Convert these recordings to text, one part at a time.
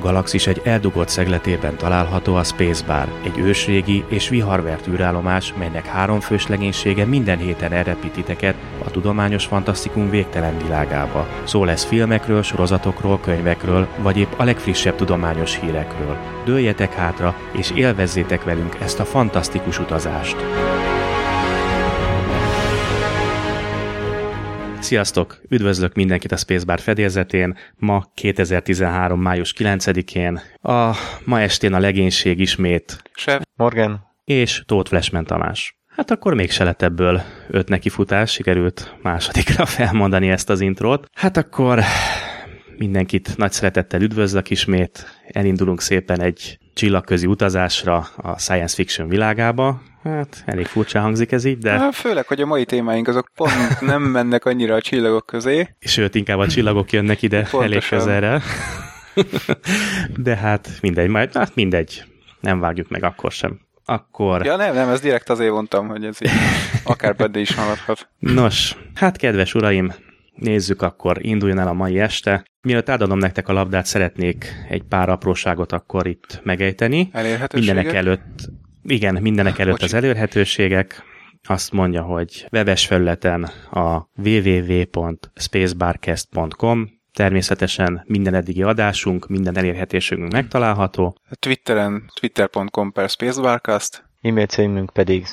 galaxis egy eldugott szegletében található a Space Bar, egy ősrégi és viharvert űrállomás, melynek 3 fős legénysége minden héten elrepít titeket a tudományos fantasztikum végtelen világába. Szó lesz filmekről, sorozatokról, könyvekről, vagy épp a legfrissebb tudományos hírekről. Dőljetek hátra, és élvezzétek velünk ezt a fantasztikus utazást! Sziasztok! Üdvözlök mindenkit a Spacebar fedélzetén. Ma 2013. május 9-én. Ma estén a legénység ismét Chef Morgan és Tóth Flashman Tamás. Hát akkor mégse lett ebből 5 nekifutás, sikerült másodikra felmondani ezt az intrót. Hát akkor mindenkit nagy szeretettel üdvözlök ismét. Elindulunk szépen egy csillagközi utazásra a science fiction világába. Hát elég furcsa hangzik ez így, de... Főleg, hogy a mai témáink azok pont nem mennek annyira a csillagok közé. Sőt, inkább a csillagok jönnek ide elég közelre. De hát mindegy. Nem vágjuk meg akkor sem. Akkor... Ja nem, ezt direkt azért mondtam, hogy ez így akár benne is maradhat. Nos, hát kedves uraim, nézzük akkor, induljon el a mai este. Mielőtt átadom nektek a labdát, szeretnék egy pár apróságot akkor itt megejteni. Elérhetőségek? Mindenek előtt az elérhetőségek. Azt mondja, hogy webes felületen a www.spacebarcast.com. Természetesen minden eddigi adásunk, minden elérhetőségünk megtalálható. Twitteren twitter.com/spacebarcast. E-mail címünk pedig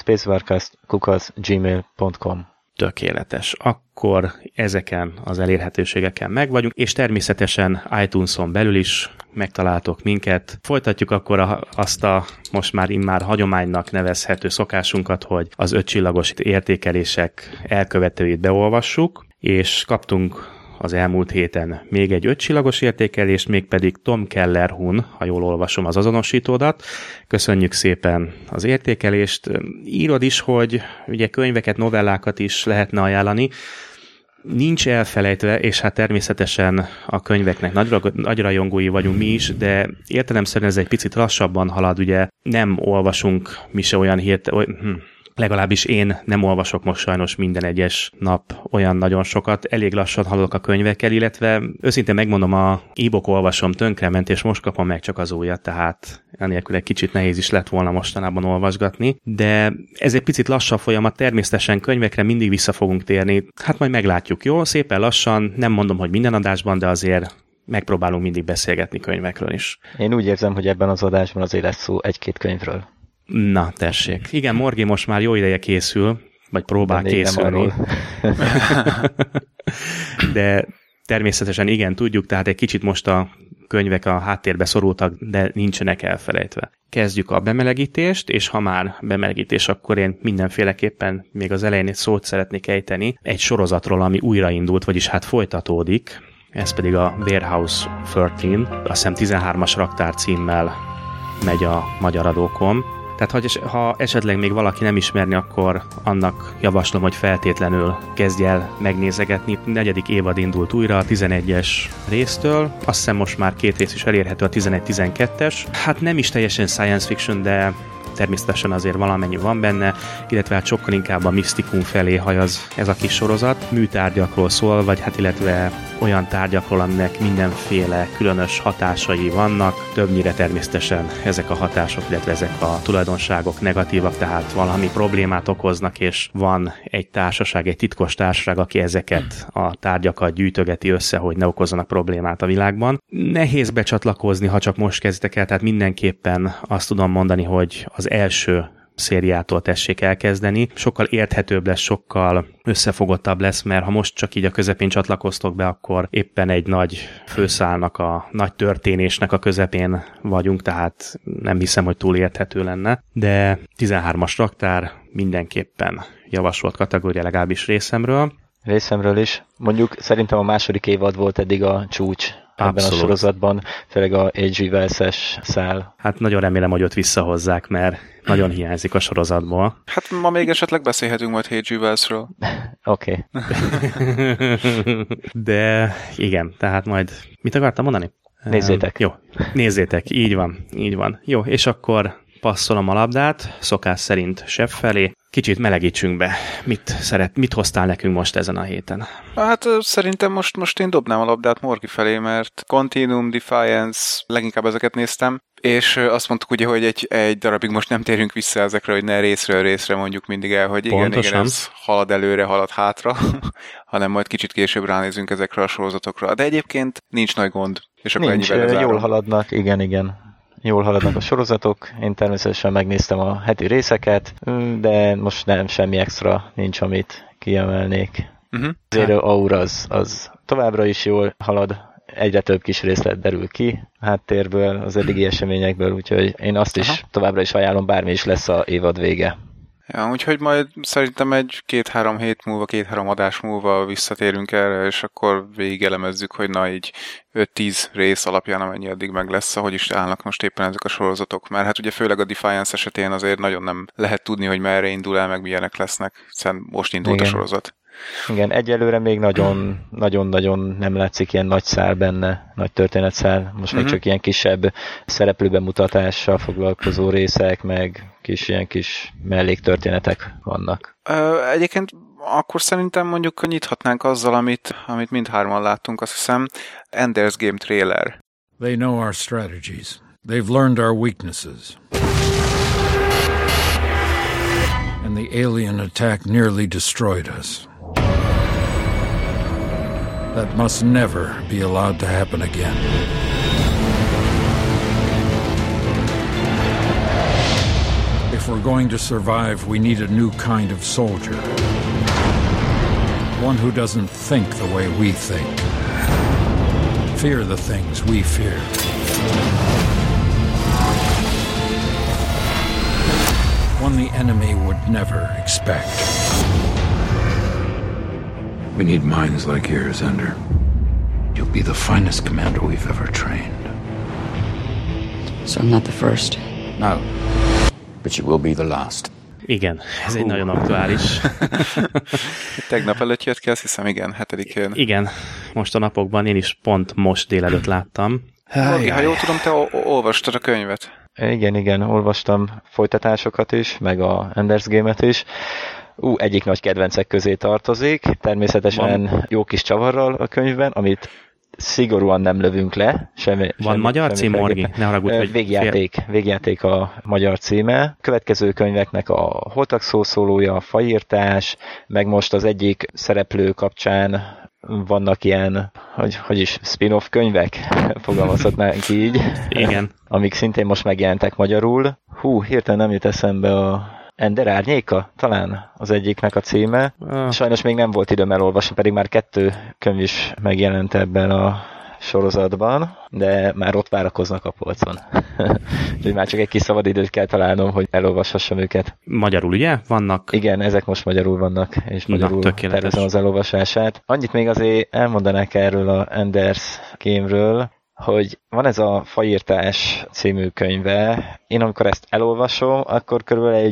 spacebarcast@gmail.com. Tökéletes. Akkor ezeken az elérhetőségeken megvagyunk, és természetesen iTunes-on belül is megtaláltok minket. Folytatjuk akkor azt a most már immár hagyománynak nevezhető szokásunkat, hogy az 5 csillagos értékelések elkövetőit beolvassuk, és kaptunk az elmúlt héten még egy 5 csillagos értékelést, mégpedig Tom Keller-Hun, ha jól olvasom az azonosítódat. Köszönjük szépen az értékelést. Írod is, hogy ugye könyveket, novellákat is lehetne ajánlani. Nincs elfelejtve, és hát természetesen a könyveknek nagy rajongói vagyunk mi is, de értelemszerűen ez egy picit lassabban halad, ugye nem olvasunk mi se olyan legalábbis én nem olvasok most sajnos minden egyes nap olyan nagyon sokat, elég lassan haladok a könyvekkel, illetve őszintén megmondom, a e-book olvasom tönkrement, és most kapom meg csak az újat, tehát enélkül egy kicsit nehéz is lett volna mostanában olvasgatni, de ez egy picit lassabb folyamat, természetesen könyvekre mindig vissza fogunk térni, hát majd meglátjuk, jó? Szépen lassan, nem mondom, hogy minden adásban, de azért megpróbálunk mindig beszélgetni könyvekről is. Én úgy érzem, hogy ebben az adásban azért lesz szó 1-2 könyvről. Na, tessék. Igen, Morgi most már jó ideje készül, vagy próbál készülni. De természetesen igen, tudjuk, tehát egy kicsit most a könyvek a háttérbe szorultak, de nincsenek elfelejtve. Kezdjük a bemelegítést, és ha már bemelegítés, akkor én mindenféleképpen még az elején egy szót szeretnék ejteni egy sorozatról, ami újraindult, vagyis hát folytatódik. Ez pedig a Warehouse 13, azt hiszem 13-as raktár címmel megy a magyar adókon. Tehát ha esetleg még valaki nem ismerni, akkor annak javaslom, hogy feltétlenül kezdj el megnézegetni. 4. évad indult újra a 11-es résztől. Azt hiszem most már 2 rész is elérhető, a 11-12-es. Hát nem is teljesen science fiction, de természetesen azért valamennyi van benne, illetve hát sokkal inkább a misztikum felé hajaz ez a kis sorozat. Műtárgyakról szól, vagy hát illetve olyan tárgyakról, aminek mindenféle különös hatásai vannak. Többnyire természetesen ezek a hatások, illetve ezek a tulajdonságok negatívak, tehát valami problémát okoznak, és van egy társaság, egy titkos társaság, aki ezeket a tárgyakat gyűjtögeti össze, hogy ne okozzanak problémát a világban. Nehéz becsatlakozni, ha csak most kezdtek el, tehát mindenképpen azt tudom mondani, hogy az első szériától tessék elkezdeni. Sokkal érthetőbb lesz, sokkal összefogottabb lesz, mert ha most csak így a közepén csatlakoztok be, akkor éppen egy nagy főszálnak, a nagy történésnek a közepén vagyunk, tehát nem hiszem, hogy túl érthető lenne. De 13-as raktár mindenképpen javasolt kategória, legalábbis részemről. Részemről is. Mondjuk szerintem a második évad volt eddig a csúcs ebben a sorozatban, főleg a H.G. Wells-es szál. Hát nagyon remélem, hogy ott visszahozzák, mert nagyon hiányzik a sorozatból. Hát ma még esetleg beszélhetünk majd H.G. Wells-ről. Oké. De igen, tehát majd... Mit akartam mondani? Nézzétek. Jó, nézzétek, így van. Jó, és akkor passzolom a labdát, szokás szerint Seb felé. Kicsit melegítsünk be. Mit hoztál nekünk most ezen a héten? Hát szerintem most én dobnám a labdát Morgi felé, mert Continuum, Defiance, leginkább ezeket néztem, és azt mondtuk ugye, hogy egy darabig most nem térünk vissza ezekre, hogy ne részről részre mondjuk mindig el, hogy igen, ez halad előre, halad hátra, hanem majd kicsit később ránézünk ezekre a sorozatokra. De egyébként nincs nagy gond. És akkor nincs, jól haladnak, igen. Jól haladnak a sorozatok, én természetesen megnéztem a heti részeket, de most nem semmi extra nincs, amit kiemelnék. Azért Aura az továbbra is jól halad, egyre több kis részlet derül ki háttérből, az eddigi eseményekből, úgyhogy én azt is továbbra is ajánlom, bármi is lesz a évad vége. Ja, úgyhogy majd szerintem egy 2-3 hét múlva, 2-3 adás múlva visszatérünk erre, és akkor végigelemezzük, hogy na így 5-10 rész alapján, amennyi addig meg lesz, ahogy is állnak most éppen ezek a sorozatok. Mert hát ugye főleg a Defiance esetén azért nagyon nem lehet tudni, hogy merre indul el, meg milyenek lesznek, hiszen most indult a sorozat. Igen, egyelőre még nagyon-nagyon nem látszik ilyen nagy szál benne, nagy történetszál. Most még csak ilyen kisebb szereplőbemutatással foglalkozó részek, meg ilyen kis melléktörténetek vannak. Egyébként akkor szerintem mondjuk nyithatnánk azzal, amit mindhárman láttunk, azt hiszem, Ender's Game trailer. They know our strategies. They've learned our weaknesses. And the alien attack nearly destroyed us. That must never be allowed to happen again. If we're going to survive, we need a new kind of soldier. One who doesn't think the way we think. Fear the things we fear. One the enemy would never expect. We need minds like yours, Ender. You'll be the finest commander we've ever trained. So I'm not the first? No. But you will be the last. Igen, ez egy nagyon aktuális. Tegnap előtt jött ki, azt hiszem, igen, 7-én. Igen, most a napokban én is pont most délelőtt láttam. Morgi, ha jól tudom, te olvastad a könyvet. Igen, olvastam folytatásokat is, meg a Ender's Game-et is. Egyik nagy kedvencek közé tartozik, természetesen jó kis csavarral a könyvben, amit szigorúan nem lövünk le. Van magyar cím, Morgi? Ne haragudj, végjáték a magyar címe. Következő könyveknek a Holtak szószólója, a Faírtás, meg most az egyik szereplő kapcsán vannak ilyen, hogy is spin-off könyvek, fogalmazhatnánk így. Igen. Amik szintén most megjelentek magyarul. Hirtelen nem jut eszembe a Ender árnyéka, talán az egyiknek a címe. Sajnos még nem volt időm elolvasni, pedig már 2 könyv is megjelent ebben a sorozatban, de már ott várakoznak a polcon. Úgyhogy már csak egy kis szabadidőt kell találnom, hogy elolvashassam őket. Magyarul, ugye? Vannak? Igen, ezek most magyarul vannak, és magyarul tervezem az elolvasását. Annyit még azért elmondanák erről a Ender's Game-ről, hogy van ez a Faírtás című könyve. Én amikor ezt elolvasom, akkor körülbelül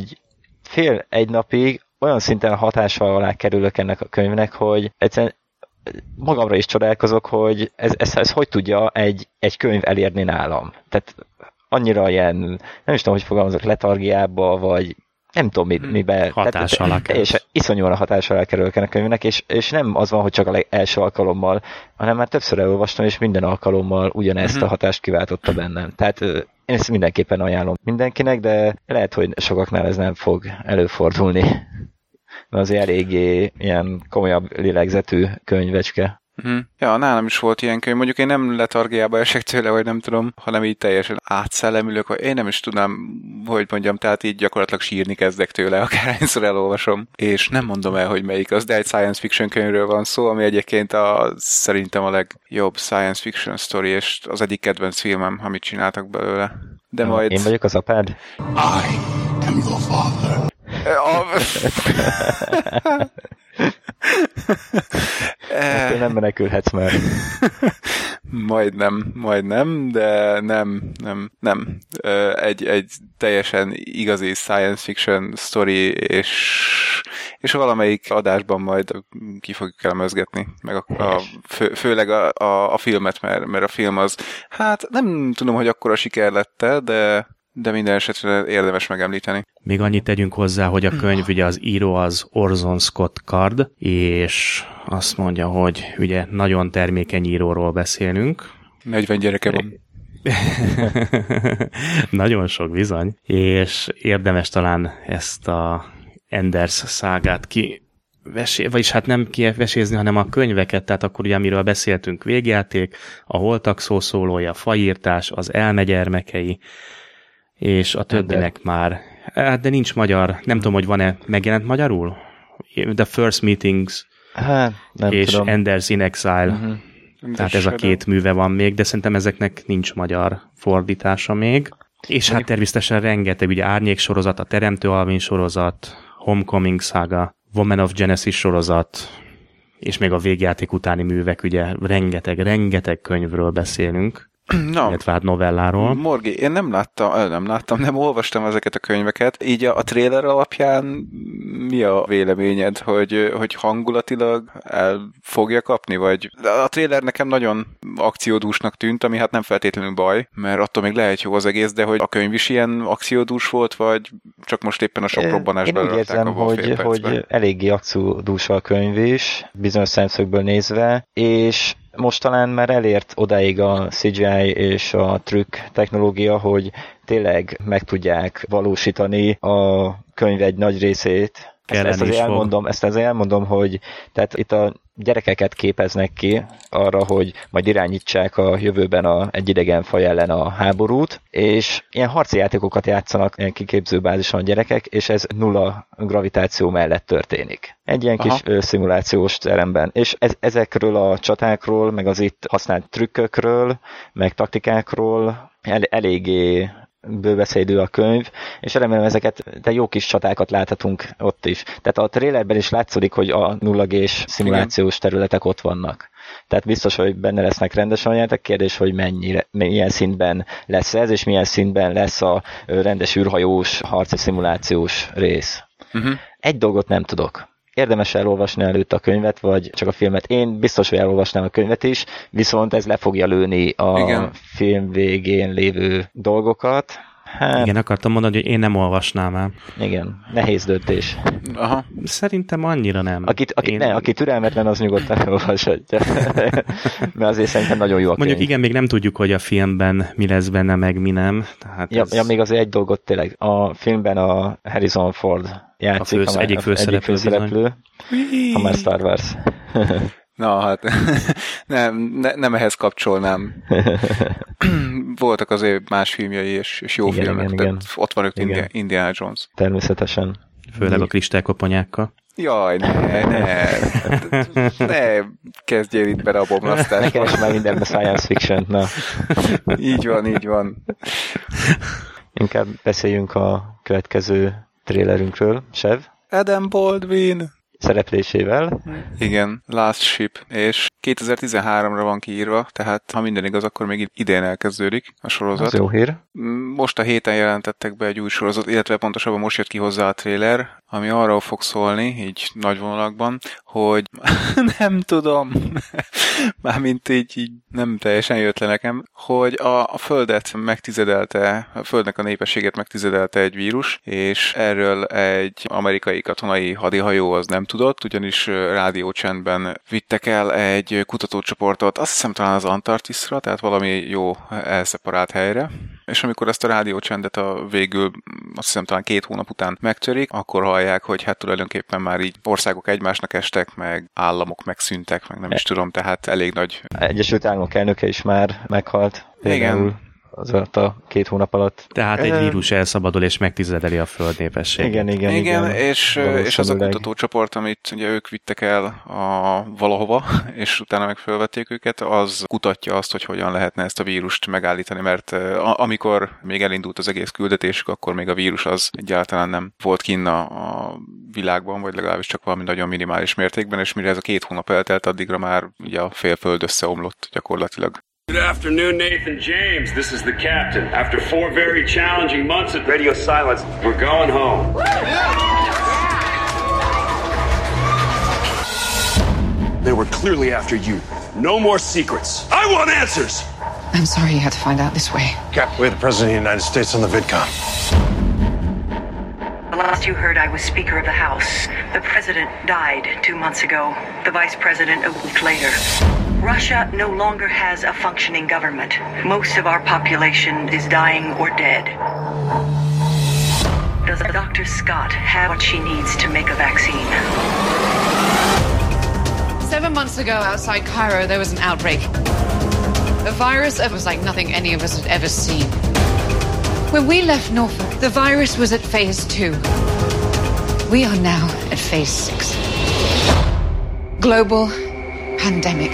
egy napig olyan szinten hatással alá kerülök ennek a könyvnek, hogy egyszerűen magamra is csodálkozok, hogy ez hogy tudja egy könyv elérni nálam. Tehát annyira ilyen, nem is tudom, hogy fogalmazok, letargiába, vagy nem tudom miben. Hatással alá kerül. És iszonyúan a hatással alá kerülök ennek a könyvnek, és nem az van, hogy csak az első alkalommal, hanem már többször elolvastam, és minden alkalommal ugyanezt a hatást kiváltotta bennem. Tehát én ezt mindenképpen ajánlom mindenkinek, de lehet, hogy sokaknál ez nem fog előfordulni. Mert azért eléggé ilyen komolyabb lélegzetű könyvecske. Ja, nálam is volt ilyen könyv. Mondjuk én nem letargiába esek tőle, vagy nem tudom, hanem így teljesen átszellemülök, vagy én nem is tudnám, hogy mondjam, tehát így gyakorlatilag sírni kezdek tőle, akárhányszor elolvasom. És nem mondom el, hogy melyik az, de egy science fiction könyvről van szó, ami egyébként szerintem a legjobb science fiction story, és az egyik kedvenc filmem, amit csináltak belőle. De majd... Én vagyok az apád? I am your father. Most nem menekülhetsz már. Majdnem, de nem. Egy teljesen igazi science fiction story, és valamelyik adásban majd ki fogjuk elemezgetni, meg főleg a filmet, mert a film az, hát nem tudom, hogy akkora siker lett, de de minden esetre érdemes megemlíteni. Még annyit tegyünk hozzá, hogy a könyv, ugye az író az Orson Scott Card, és azt mondja, hogy ugye nagyon termékeny íróról beszélünk. 40 gyereke van. Nagyon sok bizony, és érdemes talán ezt a Enders szágát vagyis hát nem kivesézni, hanem a könyveket, tehát akkor ugye amiről beszéltünk, végjáték, a holtak szószólója, faírtás, az elme gyermekei, és a többinek már, de nincs magyar, nem tudom, hogy van-e, megjelent magyarul? The First Meetings és tudom. Enders in Exile. Uh-huh. Tehát ez a két műve van még, de szerintem ezeknek nincs magyar fordítása még. És hát természetesen rengeteg, ugye Árnyék sorozat, a Teremtő Alvin sorozat, Homecoming Saga, Woman of Genesis sorozat, és még a végjáték utáni művek, ugye rengeteg könyvről beszélünk. Illetve hát novelláról. Morgi, én nem olvastam ezeket a könyveket. Így a trailer alapján mi a véleményed, hogy hangulatilag el fogja kapni, vagy a trailer nekem nagyon akciódúsnak tűnt, ami hát nem feltétlenül baj, mert attól még lehet jó az egész, de hogy a könyv is ilyen akciódús volt, vagy csak most éppen a sok robbanásban rakták a fél percben? Hogy eléggé akciódús a könyv is, bizonyos szemszögből nézve, és most talán már elért odáig a CGI és a trükk technológia, hogy tényleg meg tudják valósítani a könyv egy nagy részét. Ezt azért elmondom, hogy tehát itt a gyerekeket képeznek ki arra, hogy majd irányítsák a jövőben egy idegen faj ellen a háborút, és ilyen harci játékokat játszanak ilyen kiképzőbázison a gyerekek, és ez nulla gravitáció mellett történik. Egy ilyen kis szimulációs teremben. És ezekről a csatákról, meg az itt használt trükkökről, meg taktikákról eléggé bőbeszédű a könyv, és remélem ezeket, de jó kis csatákat láthatunk ott is. Tehát a trailerben is látszik, hogy a nullagés szimulációs területek ott vannak. Tehát biztos, hogy benne lesznek rendesen a játék. Kérdés, hogy milyen szintben lesz ez, és milyen szintben lesz a rendes űrhajós harci szimulációs rész. Uh-huh. Egy dolgot nem tudok. Érdemes elolvasni előtt a könyvet, vagy csak a filmet. Én biztos, hogy elolvasnám a könyvet is, viszont ez le fogja lőni a film végén lévő dolgokat. Hát, igen, akartam mondani, hogy én nem olvasnám el. Igen, nehéz döntés. Aha. Szerintem annyira nem. Aki türelmetlen, az nyugodtan elolvashatja. Mert azért szerintem nagyon jó a Mondjuk könyv. Igen, még nem tudjuk, hogy a filmben mi lesz benne, meg mi nem. Tehát még azért egy dolgot tényleg. A filmben a Harrison Ford játszik. Egyik főszereplő. Ha már Star Wars. Na hát, nem ehhez kapcsolnám. Voltak azért más filmjei és jó filmek. Igen. Ott van ők Indiana Jones. Természetesen. Főleg a kristálykoponyákkal. Jaj, ne kezdjél itt bele a bomlasztásba. Ne keresd már mindenbe science fiction-t, na. Így van. Inkább beszéljünk a következő trailerünkről, Sev. Adam Baldwin szereplésével. Igen, Last Ship, és 2013-ra van kiírva, tehát ha minden igaz, akkor még idén elkezdődik a sorozat. Az jó hír. Most a héten jelentettek be egy új sorozat, illetve pontosabban most jött ki hozzá a trailer, ami arról fog szólni, így nagy vonalakban, hogy nem tudom, mármint így nem teljesen jött le nekem, hogy a Földet megtizedelte, a Földnek a népességet megtizedelte egy vírus, és erről egy amerikai katonai hadihajó az nem tudott, ugyanis rádiócsendben vittek el egy kutatócsoportot, azt hiszem talán az Antarktiszra, tehát valami jó elszeparált helyre, és amikor ezt a rádiócsendet végül azt hiszem talán 2 hónap után megtörik, akkor hallják, hogy hát tulajdonképpen már így országok egymásnak estek, meg államok megszűntek, meg nem is tudom, tehát elég nagy... Egyesült Államok elnöke is már meghalt. Igen. Az alatt a 2 hónap alatt. Tehát egy vírus elszabadul és megtizedeli a föld népességét. Igen, és az a kutatócsoport, amit ugye ők vittek el valahova, és utána meg felvették őket, az kutatja azt, hogy hogyan lehetne ezt a vírust megállítani, mert amikor még elindult az egész küldetésük, akkor még a vírus az egyáltalán nem volt kinn a világban, vagy legalábbis csak valami nagyon minimális mértékben, és mire ez a 2 hónap eltelt, addigra már ugye a fél föld összeomlott gyakorlatilag. Good afternoon, Nathan James. This is the captain. After 4 very challenging months at radio silence, we're going home. They were clearly after you. No more secrets. I want answers! I'm sorry you had to find out this way. Cap, we're the President of the United States on the VidCom. The last you heard, I was Speaker of the House. The President died 2 months ago. The Vice President a week later. Russia no longer has a functioning government. Most of our population is dying or dead. Does Dr. Scott have what she needs to make a vaccine? 7 months ago, outside Cairo, there was an outbreak. A virus that was like nothing any of us had ever seen. When we left Norfolk, the virus was at phase 2. We are now at phase 6. Global pandemic.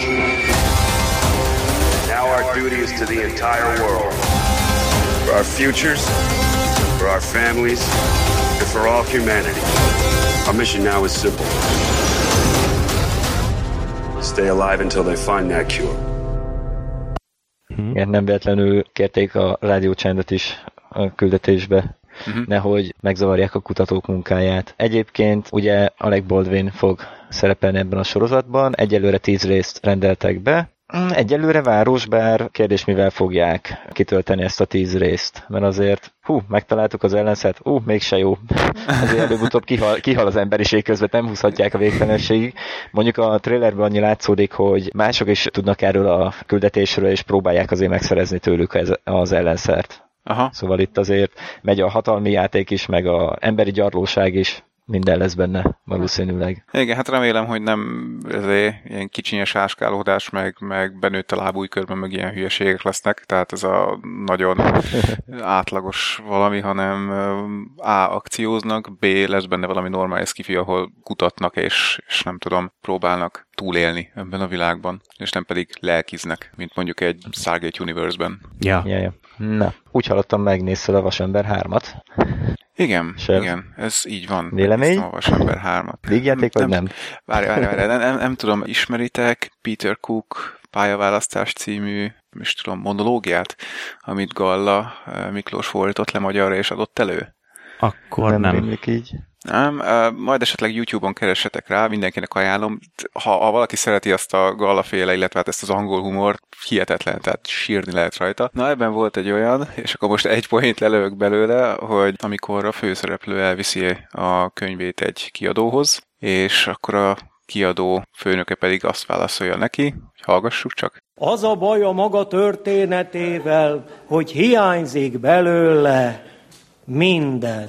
Now our duty is to the entire world. For our futures, for our families, and for all humanity. Our mission now is simple. Stay alive until they find that cure. Igen, nem véletlenül kérték a rádiócsendet is a küldetésbe, nehogy megzavarják a kutatók munkáját. Egyébként ugye Alec Baldwin fog szerepelni ebben a sorozatban, egyelőre 10 részt rendeltek be. Egyelőre város, bár kérdés, mivel fogják kitölteni ezt a 10 részt, mert azért megtaláltuk az ellenszert, mégse jó. Azért előbb-utóbb kihal az emberiség közben, nem húzhatják a végtelenségig. Mondjuk a trailerben annyi látszódik, hogy mások is tudnak erről a küldetésről, és próbálják azért megszerezni tőlük az ellenszert. Aha. Szóval itt azért megy a hatalmi játék is, meg az emberi gyarlóság is, minden lesz benne valószínűleg. Igen, hát remélem, hogy nem ezért ilyen kicsinyes áskálódás, meg benőtt a lábújkörben, meg ilyen hülyeségek lesznek, tehát ez a nagyon átlagos valami, hanem A. akcióznak, B. lesz benne valami normális skifi, ahol kutatnak, és nem tudom, próbálnak túlélni ebben a világban, és nem pedig lelkiznek, mint mondjuk egy Stargate Universe-ben. Ja. Na, úgy hallottam, megnézted a Vasember 3-at. Igen, igen, ez így van. Vélemény? A Vasember 3-at. Végjáték, vagy nem? Várj, nem tudom, ismeritek Peter Cook pályaválasztás című, monológiát, amit Galla Miklós fordított le magyarra és adott elő? Akkor nem. Így. Nem, majd esetleg YouTube-on keressetek rá, mindenkinek ajánlom. Ha valaki szereti azt a Galla-féle, illetve hát ezt az angol humort, hihetetlen, tehát sírni lehet rajta. Na, ebben volt egy olyan, és akkor most egy point lelövök belőle, hogy amikor a főszereplő elviszi a könyvét egy kiadóhoz, és akkor a kiadó főnöke pedig azt válaszolja neki, hogy hallgassuk csak. Az a baj a maga történetével, hogy hiányzik belőle minden.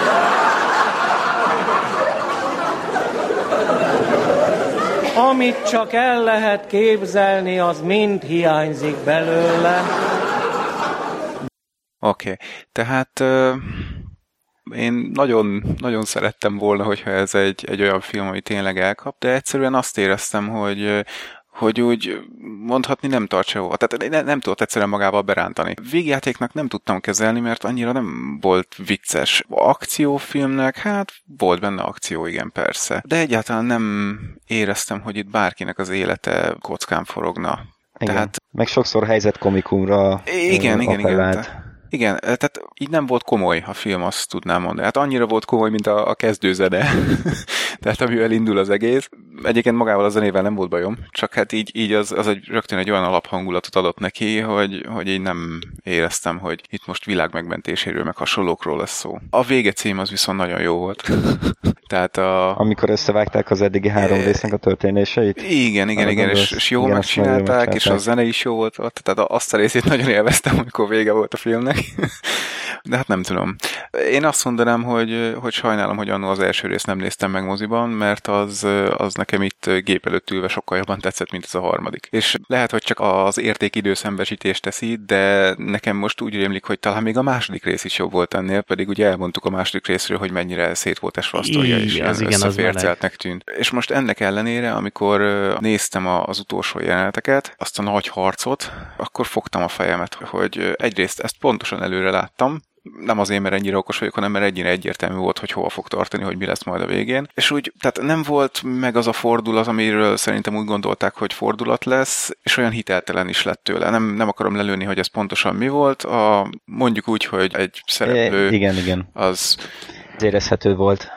Amit csak el lehet képzelni, az mind hiányzik belőle. Oké. Tehát én nagyon, nagyon szerettem volna, hogyha ez egy olyan film, ami tényleg elkap, de egyszerűen azt éreztem, hogy úgy mondhatni nem tart sehova. Tehát nem tudott egyszerűen magával berántani. Végjátéknak nem tudtam kezelni, mert annyira nem volt vicces. Akciófilmnek, hát volt benne akció, igen, persze. De egyáltalán nem éreztem, hogy itt bárkinek az élete kockán forogna. Igen. Tehát... Meg sokszor helyzetkomikumra Igen. Igen, tehát így nem volt komoly a film, azt tudnám mondani. Hát annyira volt komoly, mint a kezdőzene. Tehát amivel indul az egész. Egyébként magával a zenével nem volt bajom, csak hát így az rögtön egy olyan alaphangulatot adott neki, hogy így nem éreztem, hogy itt most világ megmentéséről, meg hasonlókról lesz szó. A vége cím az viszont nagyon jó volt. Tehát amikor összevágták az eddigi 3 résznek a történéseit? Igen, és jó megcsinálták, és a zene is jó volt. Tehát azt a részét nagyon élveztem, amikor vége volt a filmnek. De hát nem tudom. Én azt mondanám, hogy sajnálom, hogy annól az első részt nem néztem meg moziban, mert az nekem itt gép előtt ülve sokkal jobban tetszett, mint ez a harmadik. És lehet, hogy csak az értékidőszembesítést teszi, de nekem most úgy rémlik, hogy talán még a második rész is jobb volt ennél, pedig ugye elmondtuk a második részről, hogy mennyire szét volt esve a sztoria, és összeférceltnek tűnt. És most ennek ellenére, amikor néztem az utolsó jeleneteket, azt a nagy harcot, akkor fogtam a fejemet, hogy egyrészt ezt pontosan előre láttam, nem azért, mert ennyire okos vagyok, hanem mert ennyire egyértelmű volt, hogy hova fog tartani, hogy mi lesz majd a végén. És úgy, tehát nem volt meg az a fordulat, amiről szerintem úgy gondolták, hogy fordulat lesz, és olyan hiteltelen is lett tőle. Nem akarom lelőni, hogy ez pontosan mi volt. Mondjuk úgy, hogy egy szereplő igen. az érezhető volt.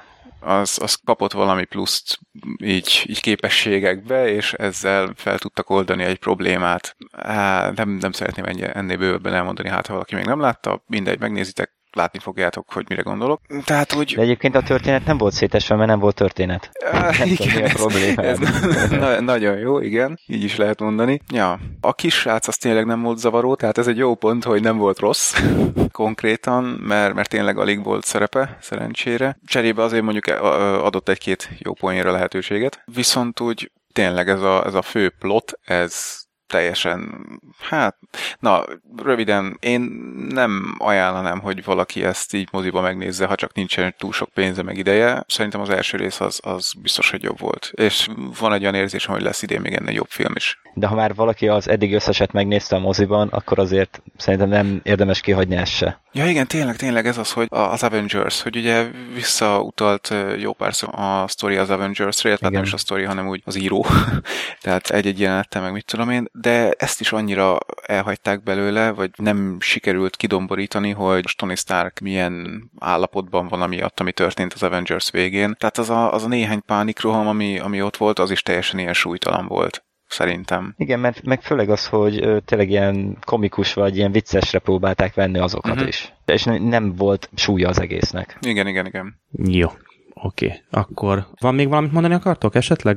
az kapott valami pluszt így képességekbe, és ezzel fel tudtak oldani egy problémát. Nem szeretném ennél bővebben elmondani, hát ha valaki még nem látta, mindegy, megnézitek, látni fogjátok, hogy mire gondolok. Tehát úgy... De egyébként a történet nem volt szétesve, mert nem volt történet. Igen, ez nagyon jó, igen, így is lehet mondani. Ja, a kisrác az tényleg nem volt zavaró, tehát ez egy jó pont, hogy nem volt rossz konkrétan, mert tényleg alig volt szerepe, szerencsére. Cserébe azért mondjuk adott egy-két jó poénra lehetőséget. Viszont úgy tényleg ez a fő plot, ez teljesen, röviden, én nem ajánlanám, hogy valaki ezt így moziba megnézze, ha csak nincsen túl sok pénze meg ideje. Szerintem az első rész az biztos, hogy jobb volt. És van egy olyan érzésem, hogy lesz idén még ennél jobb film is. De ha már valaki az eddig összeset megnézte a moziban, akkor azért szerintem nem érdemes kihagyni ezt se. Ja igen, tényleg ez az, hogy az Avengers, hogy ugye visszautalt jó párszor a sztori az Avengers-re, illetve nem is a sztori, hanem úgy az író. Tehát egy-egy jelenettel meg mit tudom én, de ezt is annyira elhagyták belőle, vagy nem sikerült kidomborítani, hogy Tony Stark milyen állapotban van amiatt, ami történt az Avengers végén. Tehát az a néhány pánikroham, ami ott volt, az is teljesen ilyen súlytalan volt. Szerintem. Igen, mert meg főleg az, hogy tényleg ilyen komikus vagy ilyen viccesre próbálták venni azokat is. És nem volt súlya az egésznek. Igen. Jó, oké. Akkor van még valamit mondani akartok esetleg?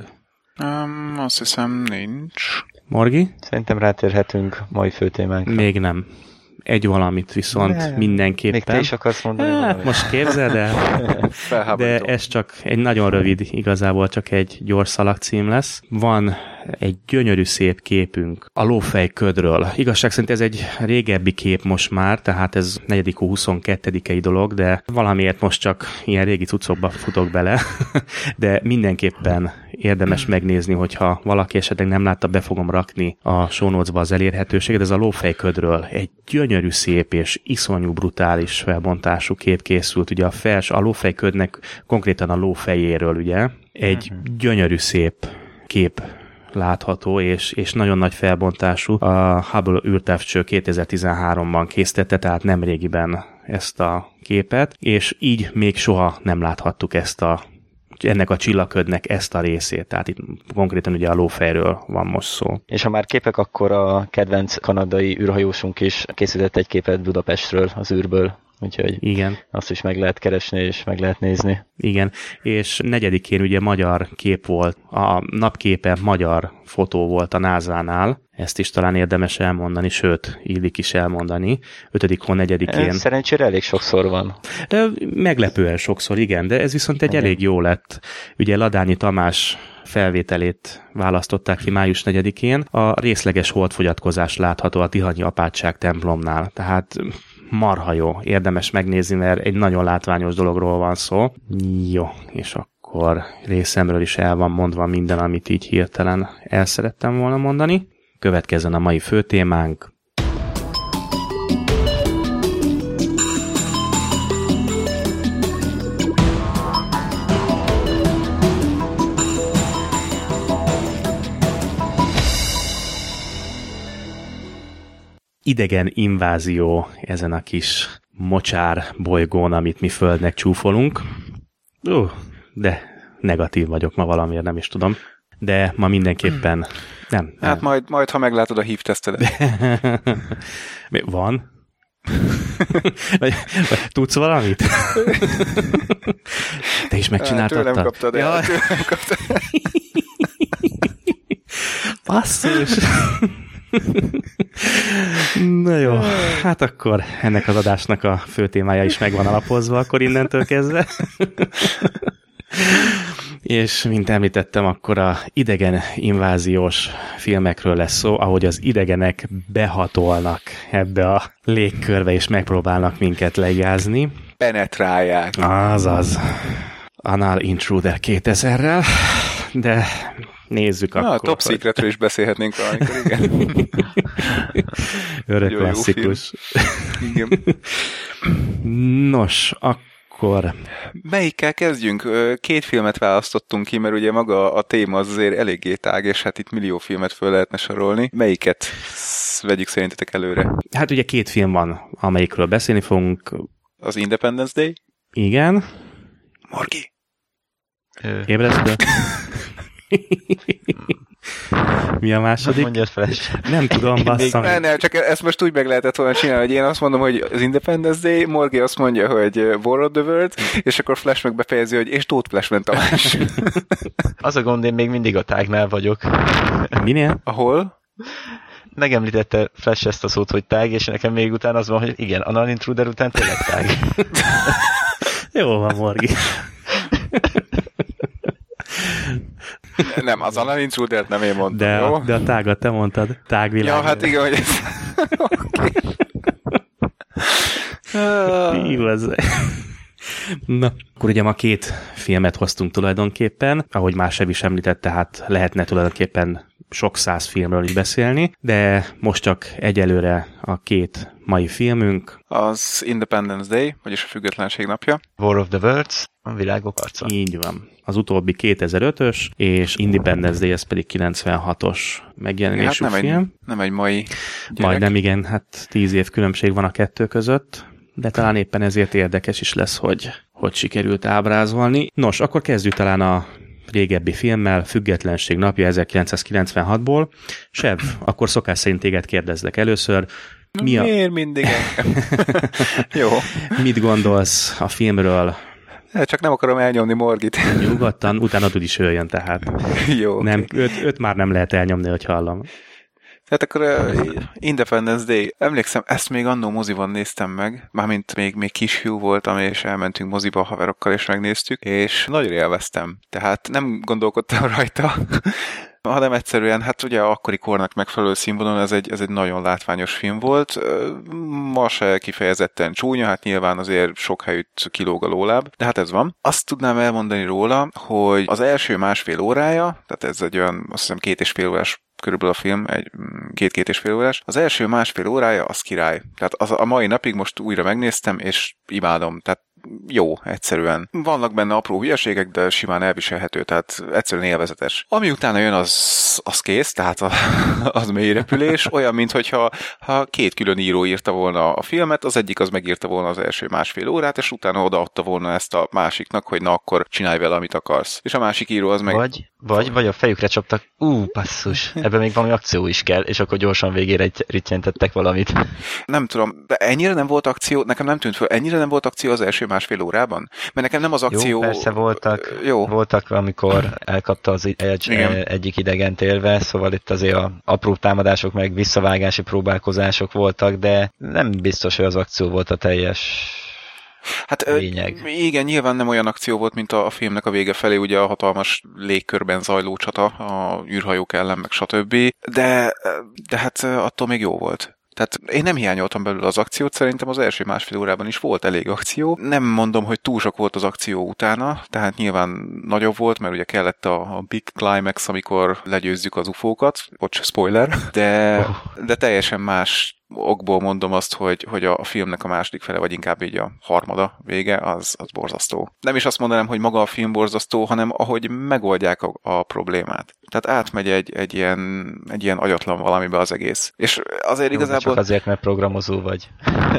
Azt hiszem nincs. Morgi? Szerintem rátérhetünk mai főtémánkra. Még nem. Egy valamit viszont mindenképpen. Még te is akarsz mondani? Most képzeld el. De ez csak egy nagyon rövid, igazából csak egy gyors szalagcím lesz. Van egy gyönyörű szép képünk a lófej ködről. Igazság szerint ez egy régebbi kép most már, tehát ez 4.22. dolog, de valamiért most csak ilyen régi cuccokba futok bele, de mindenképpen érdemes megnézni, hogyha valaki esetleg nem látta, be fogom rakni a show notes-ba az elérhetőséget. Ez a lófej ködről egy gyönyörű szép és iszonyú brutális felbontású kép készült. Ugye a lófej ködnek konkrétan a lófejéről, ugye? Egy gyönyörű szép kép látható, és nagyon nagy felbontású. A Hubble űrtávcső 2013-ban készítette, tehát nem régiben ezt a képet, és így még soha nem láthattuk ennek a csillagködnek ezt a részét, tehát itt konkrétan ugye a lófejről van most szó. És ha már képek, akkor a kedvenc kanadai űrhajósunk is készített egy képet Budapestről, az űrből. Úgyhogy igen. Azt is meg lehet keresni, és meg lehet nézni. Igen, és 4-én ugye magyar kép volt, a napképe magyar fotó volt a NASA-nál, ezt is talán érdemes elmondani, sőt, illik is elmondani. 5. hó 4-én. Szerencsére elég sokszor van. Meglepően sokszor, igen, de ez viszont egy elég jó lett. Ugye Ladányi Tamás felvételét választották ki május 4-én. A részleges holdfogyatkozás látható a Tihanyi Apátság templomnál, tehát marha jó, érdemes megnézni, mert egy nagyon látványos dologról van szó. Jó, és akkor részemről is el van mondva minden, amit így hirtelen el szerettem volna mondani. Következzen a mai főtémánk. Idegen invázió ezen a kis mocsár bolygón, amit mi Földnek csúfolunk. De negatív vagyok ma valamiért, nem is tudom. De ma mindenképpen nem. Hát majd ha meglátod a HIV-tesztedet. Van? vagy tudsz valamit? Te is megcsináltad? Tőlem kaptad el. Tőlem kaptad. Basszus! Na jó, hát akkor ennek az adásnak a fő témája is meg van alapozva, akkor innentől kezdve. És mint említettem, akkor a idegen inváziós filmekről lesz szó, ahogy az idegenek behatolnak ebbe a légkörbe, és megpróbálnak minket lejázni. Penetrálják. Azaz. Anal Intruder 2000-rel, de nézzük akkor. A Top Secretről is beszélhetnénk valamikor, igen. Örök klasszikus. Igen. Nos, akkor... Melyikkel kezdjünk? 2 filmet választottunk ki, mert ugye maga a téma az azért eléggé tág, és hát itt millió filmet föl lehetne sorolni. Melyiket vegyük szerintetek előre? Hát ugye 2 film van, amelyikről beszélni fogunk. Az Independence Day? Igen. Morgi? Ébresztő? Mi a második? Mondjad Flash. Nem tudom, basszam. Nem, csak ezt most úgy meg lehetett volna csinálni, hogy én azt mondom, hogy az Independence Day, Morgi azt mondja, hogy War of the World, és akkor Flash meg befejezi, hogy és Tóth Flashman Tamás. Az a gond, én még mindig a tágnál vagyok. Minél? Ahol? Megemlítette Flash ezt a szót, hogy tág, és nekem még után az van, hogy igen, Anal Intruder után tényleg tág. Jó van, Morgi. Nem, az Anal Intrudert nem én mondtam, de, jó? De a tágat te mondtad, tágvilág. Ja, hát igen, hogy ez... Igaz. Na, akkor ugye ma 2 filmet hoztunk tulajdonképpen, ahogy már Sevi is említette, hát lehetne tulajdonképpen sok száz filmről is beszélni, de most csak egyelőre a 2 mai filmünk. Az Independence Day, vagyis a Függetlenség napja. War of the Worlds, a világok arca. Így van. Az utóbbi 2005-ös, és Independence Day, ez pedig 96-os megjelenésű hát film. Nem egy mai gyerek. Majdnem, igen, hát 10 év különbség van a 2 között, de talán éppen ezért érdekes is lesz, hogy sikerült ábrázolni. Nos, akkor kezdjük talán a régebbi filmmel, Függetlenség napja 1996-ból. Sev, akkor szokás szerint téged kérdezlek először. Miért mindig engem? Jó. Mit gondolsz a filmről? Csak nem akarom elnyomni Morgit. Nyugodtan, utána tud is jöjjön, tehát. Jó. Nem, őt már nem lehet elnyomni, hogy hallom. Tehát akkor Independence Day. Emlékszem, ezt még annó moziban néztem meg, mármint még kisfiú voltam, és elmentünk moziba a haverokkal, és megnéztük, és nagyon élveztem. Tehát nem gondolkodtam rajta, hanem egyszerűen, hát ugye akkori kornak megfelelő színvonalon ez egy nagyon látványos film volt. Ma se kifejezetten csúnya, hát nyilván azért sok helyütt kilóg a lóláb, de hát ez van. Azt tudnám elmondani róla, hogy az első 1,5 órája, tehát ez egy olyan, azt hiszem 2,5 órás körülbelül a film, egy 2,5 órás. Az első 1,5 órája az király. Tehát a mai napig most újra megnéztem, és imádom. Tehát jó, egyszerűen. Vannak benne apró hülyeségek, de simán elviselhető, tehát egyszerűen élvezetes. Ami utána jön, az kész, tehát az mély repülés, olyan, mintha 2 külön író írta volna a filmet, az egyik az megírta volna az első 1,5 órát, és utána odaadta volna ezt a másiknak, hogy na akkor csinálj vele, amit akarsz. És a másik író az meg... Vagy a fejükre csaptak, basszus, ebben még valami akció is kell, és akkor gyorsan végére rittyentettek valamit. Nem tudom, de ennyire nem volt akció, nekem nem tűnt föl, ennyire nem volt akció az első 1,5 órában? Mert nekem nem az akció... Jó, persze voltak, amikor elkapta az egyik idegent élve, szóval itt azért a apró támadások meg visszavágási próbálkozások voltak, de nem biztos, hogy az akció volt a teljes... Hát igen, nyilván nem olyan akció volt, mint a filmnek a vége felé, ugye a hatalmas légkörben zajló csata a űrhajók ellen, meg stb. De hát attól még jó volt. Tehát én nem hiányoltam belőle az akciót, szerintem az első 1,5 órában is volt elég akció. Nem mondom, hogy túl sok volt az akció utána, tehát nyilván nagyobb volt, mert ugye kellett a big climax, amikor legyőzzük az ufókat, bocs, spoiler, de teljesen más okból mondom azt, hogy a filmnek a második fele, vagy inkább így a harmada vége, az borzasztó. Nem is azt mondanám, hogy maga a film borzasztó, hanem ahogy megoldják a problémát. Tehát átmegy egy ilyen agyatlan valamibe az egész. És azért igazából... Csak azért, mert programozó vagy.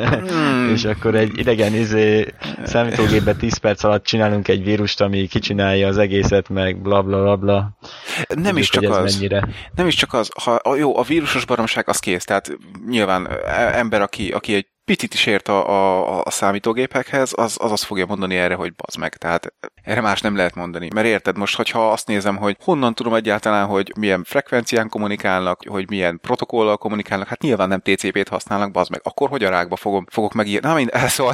És akkor egy idegen számítógépbe 10 perc alatt csinálunk egy vírust, ami kicsinálja az egészet, meg bla bla bla bla. Nem is csak az. Jó, a vírusos baromság az kész, tehát nyilván ember, aki egy picit is ért a számítógépekhez, az azt fogja mondani erre, hogy bazd meg. Tehát erre más nem lehet mondani. Mert érted most, hogyha azt nézem, hogy honnan tudom egyáltalán, hogy milyen frekvencián kommunikálnak, hogy milyen protokollal kommunikálnak, hát nyilván nem TCP-t használnak, bazd meg. Akkor hogy a rákba fogok megírni? Na mind, szóval...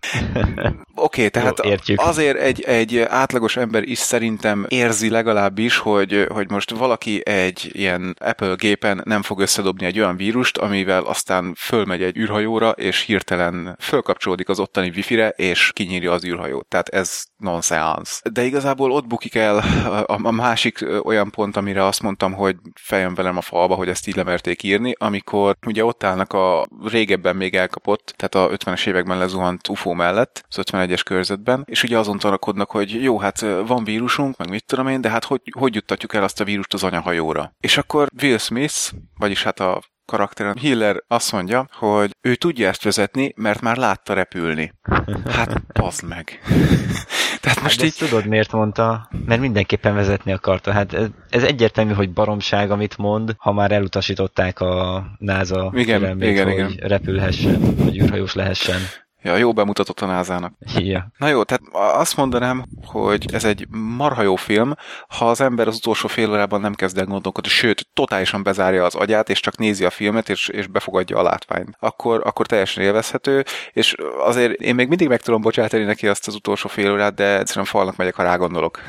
Oké, tehát jó, azért egy átlagos ember is szerintem érzi legalábbis, hogy most valaki egy ilyen Apple gépen nem fog összedobni egy olyan vírust, amivel aztán fölmegy egy űrhajóra, és hirtelen fölkapcsolódik az ottani wifi-re, és kinyírja az űrhajót. Tehát ez nonsense. De igazából ott bukik el a másik olyan pont, amire azt mondtam, hogy feljön velem a falba, hogy ezt így lemerték írni, amikor ugye ott állnak a régebben még elkapott, tehát a 50-es években lezuhant UFO mellett, az 51-es körzetben, és ugye azon tanakodnak, hogy jó, hát van vírusunk, meg mit tudom én, de hát hogy juttatjuk el azt a vírust az anyahajóra. És akkor Will Smith, vagyis hát a karakteren Hiller azt mondja, hogy ő tudja ezt vezetni, mert már látta repülni. Hát, bazd meg. Tehát most így... tudod, miért mondta? Mert mindenképpen vezetni akarta. Hát ez egyértelmű, hogy baromság, amit mond, ha már elutasították a NASA félelmét, hogy repülhessen, hogy űrhajós lehessen. Ja, jó bemutatott a NASA-nak. Ja. Na jó, tehát azt mondanám, hogy ez egy marha jó film, ha az ember az utolsó fél órában nem kezd el gondolkodni, sőt, totálisan bezárja az agyát, és csak nézi a filmet, és befogadja a látványt. Akkor teljesen élvezhető, és azért én még mindig meg tudom bocsátani neki azt az utolsó fél órát, de egyszerűen falnak megyek, ha rágondolok.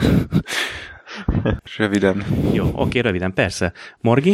Röviden. Jó, oké, röviden, persze. Morgi?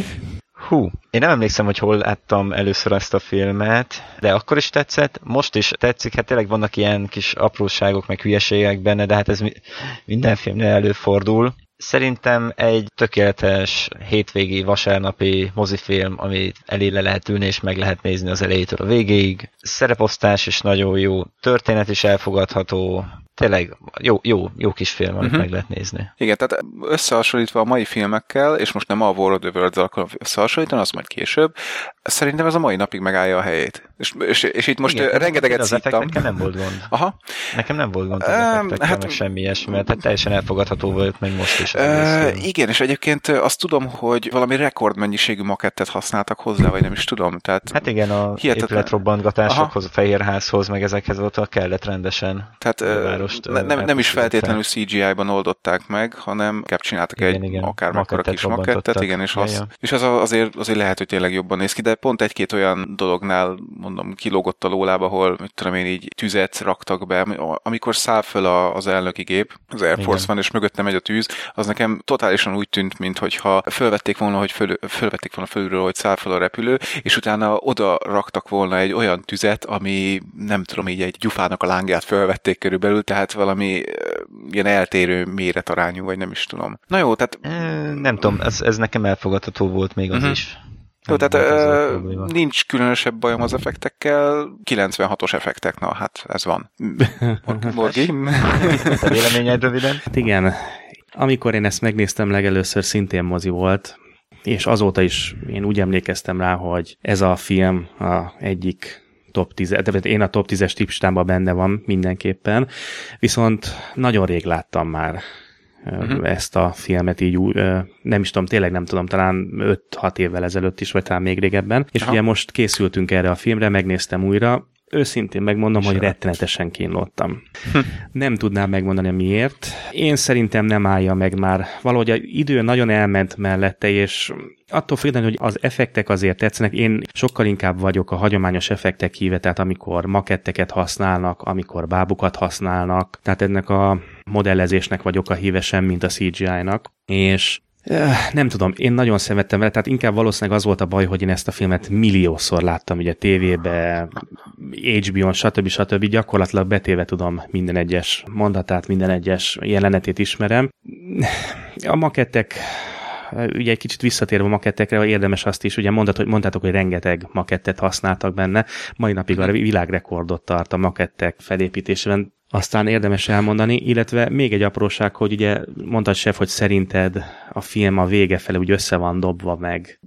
Én nem emlékszem, hogy hol láttam először ezt a filmet, de akkor is tetszett, most is tetszik, hát tényleg vannak ilyen kis apróságok, meg hülyeségek benne, de hát ez minden filmnél előfordul. Szerintem egy tökéletes hétvégi, vasárnapi mozifilm, amit elé le lehet ülni, és meg lehet nézni az elejétől a végéig. Szereposztás is nagyon jó, történet is elfogadható, tényleg jó kis film, amit meg lehet nézni. Igen, tehát összehasonlítva a mai filmekkel, és most nem a War of the Worlds-al akarom összehasonlítani, az majd később, szerintem ez a mai napig megállja a helyét. És itt most igen, rengeteget szittam. Nekem nem volt gond. Aha. Nekem nem volt gond az effektekkel, meg semmi ilyesmi, mert teljesen elfogadható volt, meg most is. Igen, és egyébként azt tudom, hogy valami rekordmennyiségű makettet használtak hozzá, vagy nem is tudom. Tehát hát igen, a épületrobbantgatásokhoz, a Fehérházhoz, meg ezekhez ott kellett rendesen. Tehát nem is feltétlenül CGI-ban oldották meg, hanem csináltak akármekkora kis makettet, igen, és az azért lehet, hogy tényleg jobban néz ki, de pont egy-két olyan dolognál, mondom, kilógott a lólába, ahol, mit tudom én, így tüzet raktak be, amikor száll föl az elnöki gép, az Air Force van, és mögötte megy a tűz, az nekem totálisan úgy tűnt, mintha fölvették volna fölülről, hogy száll föl a repülő, és utána oda raktak volna egy olyan tüzet, ami nem tudom, így egy gyufának a lángját fölvették körülbelül, tehát valami ilyen eltérő méretarányú, vagy nem is tudom. Na jó, tehát... Nem tudom, ez nekem elfogadható volt még az is. Jó, tehát nincs különösebb bajom az effektekkel, 96-os effektek, na hát ez van. Morgi? A véleményed röviden? Igen, amikor én ezt megnéztem legelőször, szintén mozi volt, és azóta is én úgy emlékeztem rá, hogy ez a film egyik top 10, de én a top 10-es tipstámban benne van mindenképpen, viszont nagyon rég láttam már ezt a filmet így nem is tudom, tényleg nem tudom, talán 5-6 évvel ezelőtt is, vagy talán még régebben, és ugye most készültünk erre a filmre, megnéztem újra, őszintén megmondom, hogy rettenetesen kínlottam. Nem tudnám megmondani, miért. Én szerintem nem állja meg már. Valahogy az idő nagyon elment mellette, és attól függően, hogy az effektek azért tetszenek, én sokkal inkább vagyok a hagyományos effektek híve, tehát amikor maketteket használnak, amikor bábukat használnak, tehát ennek a modellezésnek vagyok a híve sem, mint a CGI-nak, és nem tudom, én nagyon szenvedtem vele, tehát inkább valószínűleg az volt a baj, hogy én ezt a filmet milliószor láttam, ugye tévébe, HBO-n, stb. Gyakorlatilag betéve tudom minden egyes mondatát, minden egyes jelenetét ismerem. A makettek, ugye egy kicsit visszatérve a makettekre, érdemes azt is, ugye mondtátok, hogy rengeteg makettet használtak benne, mai napig a világrekordot tart a makettek felépítésében, aztán érdemes elmondani, illetve még egy apróság, hogy ugye mondtad, Sef, hogy szerinted a film a vége fele úgy össze van dobva meg.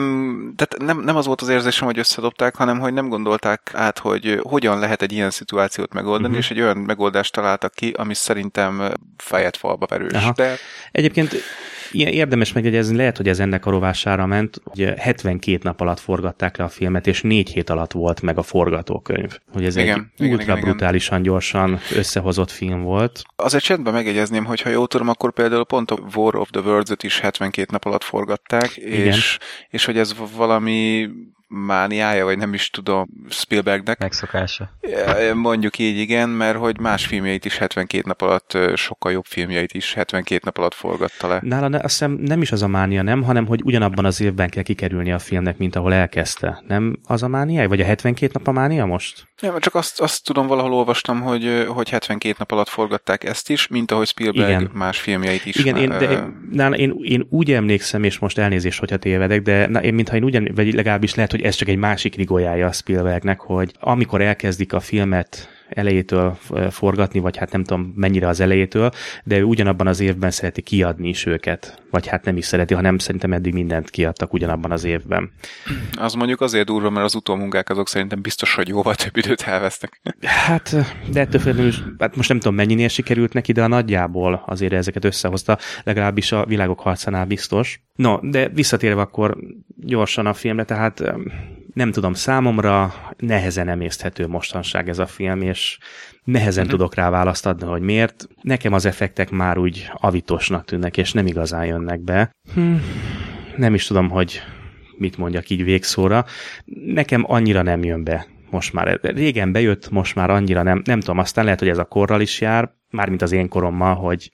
Nem az volt az érzésem, hogy összedobták, hanem hogy nem gondolták át, hogy hogyan lehet egy ilyen szituációt megoldani, és egy olyan megoldást találtak ki, ami szerintem fejet falba verős. De... Egyébként érdemes megjegyezni, lehet, hogy ez ennek a rovására ment, hogy 72 nap alatt forgatták le a filmet, és 4 hét alatt volt meg a forgatókönyv. Hogy ez egy ultra brutálisan gyorsan összehozott film volt. Azért csendben megjegyezném, hogy ha jól tudom, akkor például pont a War of the Worlds-et is 72 nap alatt forgatták, és hogy ez valami mániája, vagy nem is tudom, Spielbergnek. Megszokása. Mondjuk így, igen, mert hogy más filmjeit is 72 nap alatt, sokkal jobb filmjeit is 72 nap alatt forgatta le. Nála azt hiszem nem is az a mánia, nem, hanem hogy ugyanabban az évben kell kikerülni a filmnek, mint ahol elkezdte. Nem az a mánia? Vagy a 72 nap a mánia most? Nem, csak azt tudom, valahol olvastam, hogy 72 nap alatt forgatták ezt is, mint ahogy Spielberg más filmjeit is. Igen, nála én úgy emlékszem, és most elnézést, hogyha tévedek, de én mintha vagy legalábbis lehet, hogy ez csak egy másik rigójája a Spielbergnek, hogy amikor elkezdik a filmet elejétől forgatni, vagy hát nem tudom mennyire az elejétől, de ő ugyanabban az évben szereti kiadni is őket. Vagy hát nem is szereti, hanem szerintem eddig mindent kiadtak ugyanabban az évben. Az mondjuk azért durva, mert az utómunkák azok szerintem biztos, hogy jóval több időt elvesznek. Hát, de ettől függetlenül, hát most nem tudom mennyinél sikerült neki, de a nagyjából azért ezeket összehozta, legalábbis a Világok harcánál biztos. No, de visszatérve akkor gyorsan a filmre, tehát nem tudom, számomra nehezen emészthető mostanság ez a film, és nehezen tudok rá választ adni, hogy miért. Nekem az effektek már úgy avitosnak tűnnek, és nem igazán jönnek be. Nem is tudom, hogy mit mondjak így végszóra. Nekem annyira nem jön be most már. Régen bejött, most már annyira nem tudom, aztán lehet, hogy ez a korral is jár, mármint az én korommal, hogy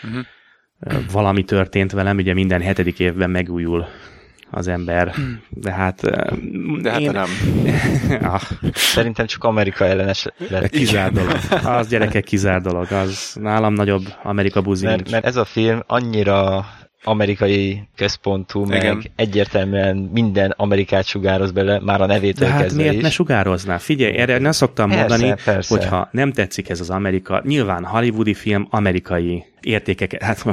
valami történt velem, ugye minden 7. évben megújul az ember, de hát... De hát nem. Szerintem csak Amerika ellenes lett. Kizár dolog. Az gyerekek kizár dolog. Az nálam nagyobb Amerika buzi nincs. Mert ez a film annyira amerikai központú, meg egyértelműen minden Amerikát sugároz bele, már a nevétől kezdve is. De hát miért ne sugározná? Figyelj, erre nem szoktam mondani, hogyha nem tetszik ez az Amerika, nyilván hollywoodi film, amerikai értékeket, hát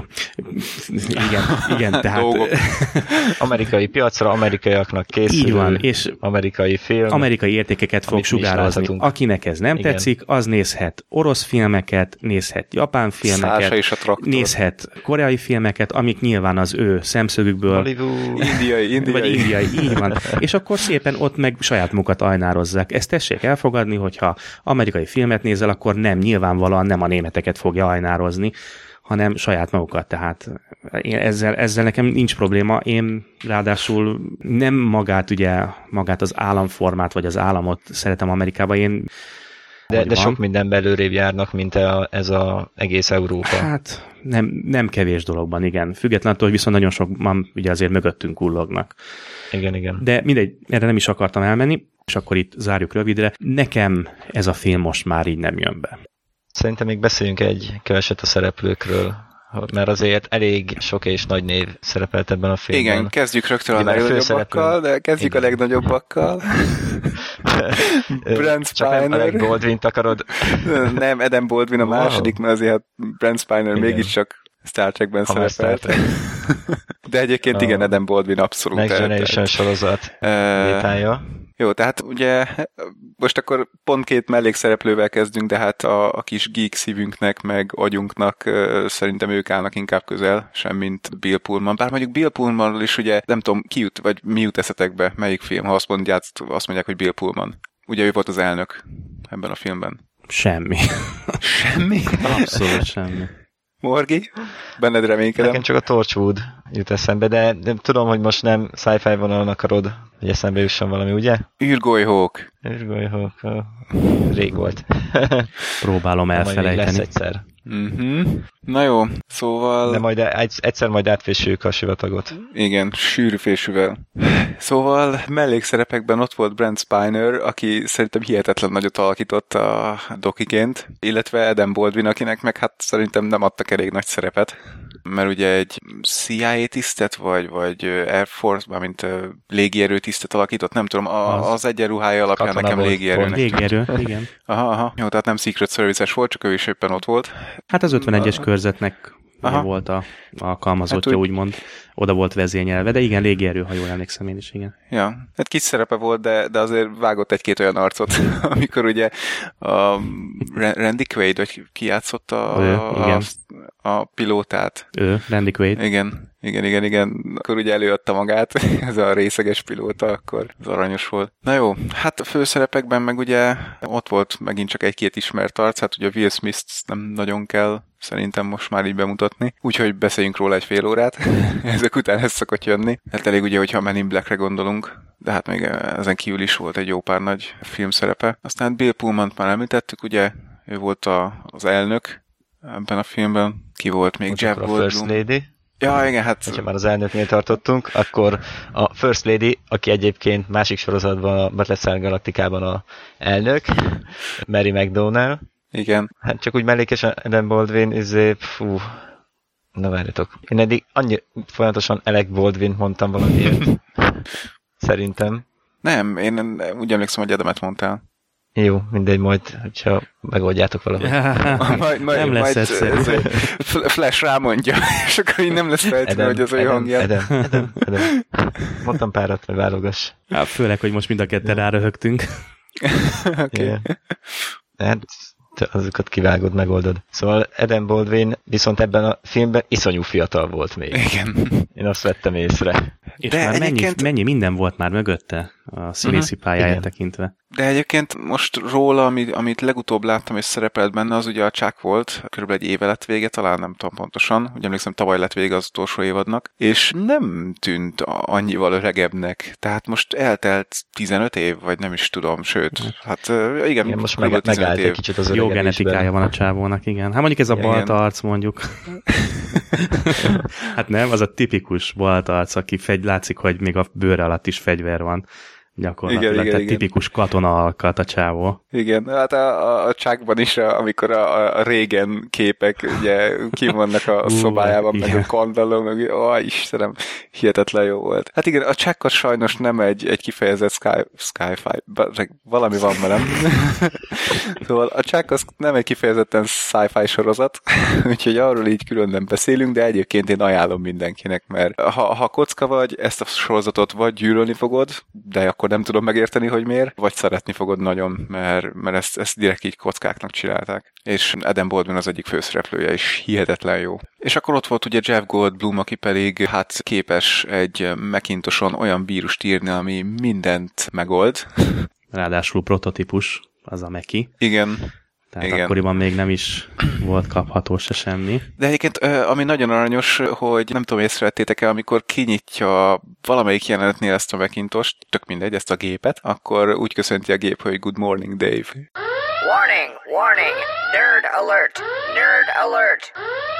igen, tehát... amerikai piacra, amerikaiaknak készül, így van, és amerikai film. Amerikai értékeket fog sugározni. Akinek ez nem tetszik, az nézhet orosz filmeket, nézhet japán filmeket, nézhet koreai filmeket, amik nyilván az ő szemszögükből... Indiai. Vagy indiai, így van. És akkor szépen ott meg saját magukat ajnározzák. Ezt tessék elfogadni, hogyha amerikai filmet nézel, akkor nem, nyilvánvalóan nem a németeket fogja ajnározni, hanem saját magukat, tehát ezzel nekem nincs probléma. Én ráadásul nem magát az államformát, vagy az államot szeretem Amerikában, de sok minden belőrébb járnak, mint ez az egész Európa. Hát nem kevés dologban, igen. Függetlenül attól, hogy viszont nagyon sokan ugye azért mögöttünk kullognak. Igen. De mindegy, erre nem is akartam elmenni, és akkor itt zárjuk rövidre. Nekem ez a film most már így nem jön be. Szerintem még beszéljünk egy keveset a szereplőkről, mert azért elég sok és nagy név szerepelt ebben a filmben. Igen, kezdjük rögtön a legnagyobbakkkal, de kezdjük a legnagyobbakkal. Brent Spiner. Csak nem Alec Baldwin-t akarod? Nem, Adam Baldwin a második, mert azért Brent Spiner mégiscsak Star Trekben szerepelt. De egyébként igen, Adam Baldwin abszolút. Next Generation sorozat létája. Jó, tehát ugye most akkor pont 2 mellékszereplővel kezdünk, de hát a kis geek szívünknek, meg agyunknak szerintem ők állnak inkább közel, semmint Bill Pullman. Bár mondjuk Bill Pullmanról is ugye, nem tudom, ki jut, vagy mi jut eszetekbe, melyik film, ha azt mondják, hogy Bill Pullman. Ugye ő volt az elnök ebben a filmben. Semmi. Semmi? Abszolút semmi. Morgi? Benned reménykedem. Nekem csak a Torchwood jut eszembe, de tudom, hogy most nem sci-fi vonalon akarod, hogy eszembe jusson valami, ugye? Űrgolyhók. Rég volt. Próbálom elfelejteni. Lesz egyszer. Na jó, szóval... De majd egyszer átfésüljük a sivatagot. Igen, sűrű fésűvel. Szóval mellékszerepekben ott volt Brent Spiner, aki szerintem hihetetlen nagyot alakított a Dokiként, illetve Adam Baldwin, akinek meg hát szerintem nem adtak elég nagy szerepet, mert ugye egy CIA tisztet, vagy Air Force, mármint légierő tisztet alakított, nem tudom, az egyenruhája alapján nekem légierőnek. Légierő, igen. Aha. Jó, tehát nem Secret Service-es volt, csak ő is éppen ott volt. Hát az 51-es körzetnek volt a alkalmazottja, úgymond. Oda volt vezényelve, de igen, légierő, ha jól emlékszem én is, igen. Ja, hát kis szerepe volt, de azért vágott 1-2 olyan arcot, amikor ugye a Randy Quaid, vagy ki játszott a pilótát. Randy Quaid. Igen. Akkor ugye előadta magát, ez a részeges pilóta, akkor az aranyos volt. Na jó, hát a főszerepekben meg ugye ott volt megint csak 1-2 ismert arc, hát ugye Will Smith-t nem nagyon kell szerintem most már így bemutatni, úgyhogy beszéljünk róla egy fél órát, ezek után ez szokott jönni. Hát elég ugye, hogyha Men in Blackre gondolunk, de hát még ezen kívül is volt egy jó pár nagy filmszerepe. Aztán Bill Pullmant már említettük, ugye, ő volt az elnök ebben a filmben. Ki volt még? Jeff Goldblum. First Lady. Ja, igen, hát... Ha már az elnöknél tartottunk, akkor a First Lady, aki egyébként másik sorozatban, a Battlestar Galacticában a elnök, Mary McDonnell. Igen. Hát csak úgy mellékesen Adam Baldwin, na várjatok. Én eddig folyamatosan Alec Baldwin mondtam valamiért. Szerintem. Nem, én úgy emlékszem, hogy Adamet mondtál. Jó, mindegy, majd, hogyha megoldjátok valahogy. Nem lesz egyszerű. Flash rámondja, és akkor így nem lesz feltűnő, hogy az ő hangját. Edem. Mondtam párat, hogy válogass. Főleg, hogy most mind a ketten ráröhögtünk. Oké. Yeah. Hát, azokat kivágod, megoldod. Szóval Adam Baldwin viszont ebben a filmben iszonyú fiatal volt még. Igen. Én azt vettem észre. És de már mennyi minden volt már mögötte a színészi pályáját tekintve. De egyébként most róla, amit legutóbb láttam és szerepelt benne, az ugye a Chuck volt, körülbelül egy éve lett vége, talán nem tudom pontosan, ugye emlékszem, tavaly lett vége az utolsó évadnak, és nem tűnt annyival öregebbnek, tehát most eltelt 15 év, vagy nem is tudom, sőt, hát igen most megállt egy kicsit az jó genetikája van a csávónak, igen. Hát mondjuk ez a balta arc, mondjuk. Hát nem, az a tipikus balta arc, aki látszik, hogy még a bőre alatt is fegyver van. Gyakorlatilag, tehát tipikus katona alkat a csávó. Igen, hát a Chuckban is, amikor a régen képek ugye kim vannak a szobájában, meg a kandalló, meg Istenem, hihetetlen jó volt. Hát igen, a Chuck az sajnos nem egy kifejezett sci-fi, valami van velem. Szóval a Chuck az nem egy kifejezetten sci-fi sorozat, úgyhogy arról így külön nem beszélünk, de egyébként én ajánlom mindenkinek, mert ha kocka vagy, ezt a sorozatot vagy gyűlölni fogod, de akkor nem tudom megérteni, hogy miért, vagy szeretni fogod nagyon, mert ezt direkt így kockáknak csinálták. És Adam Baldwin az egyik főszereplője is hihetetlen jó. És akkor ott volt ugye Jeff Goldblum, aki pedig hát képes egy Macintoson olyan vírust írni, ami mindent megold. Ráadásul prototípus, az a Maci. Igen. Tehát igen. Akkoriban még nem is volt kapható se semmi. De egyébként, ami nagyon aranyos, hogy nem tudom, észrevettétek-e, amikor kinyitja valamelyik jelenetnél ezt a Macintost, tök mindegy, ezt a gépet, akkor úgy köszönti a gép, hogy Good morning, Dave. Warning, nerd alert, nerd alert.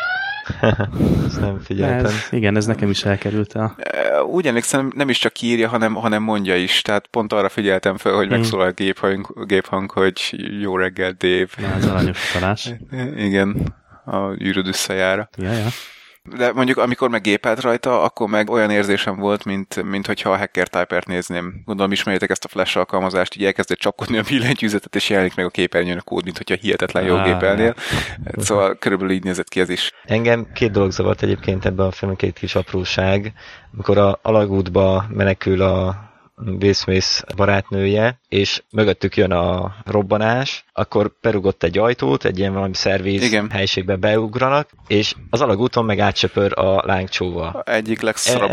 Ezt nem figyeltem. Igen, ez nekem is elkerült. Úgy emlékszem, nem is csak írja, hanem mondja is. Tehát pont arra figyeltem fel, hogy megszólal a géphang, hogy jó reggel, Dave. Na, ez aranyos utalás. Igen, a űröd összejára. Ja. De mondjuk, amikor meg gépelt rajta, akkor meg olyan érzésem volt, mint hogyha a Hacker Typert nézném. Gondolom, ismerjétek ezt a Flash alkalmazást, így elkezdett csapkodni a billentyűzetet, és jelenik meg a képernyőn a kód, mint hogyha hihetetlen jól gépelnél. Szóval körülbelül így nézett ki ez is. Engem két dolog zavart egyébként ebben a filmben, két kis apróság. Amikor a alagútba menekül a Will Smith barátnője, és mögöttük jön a robbanás, akkor berugott egy ajtót, egy ilyen valami szerviz helységbe beugranak, és az alagúton meg átsöpör a lángcsóval. Egyik legszarabb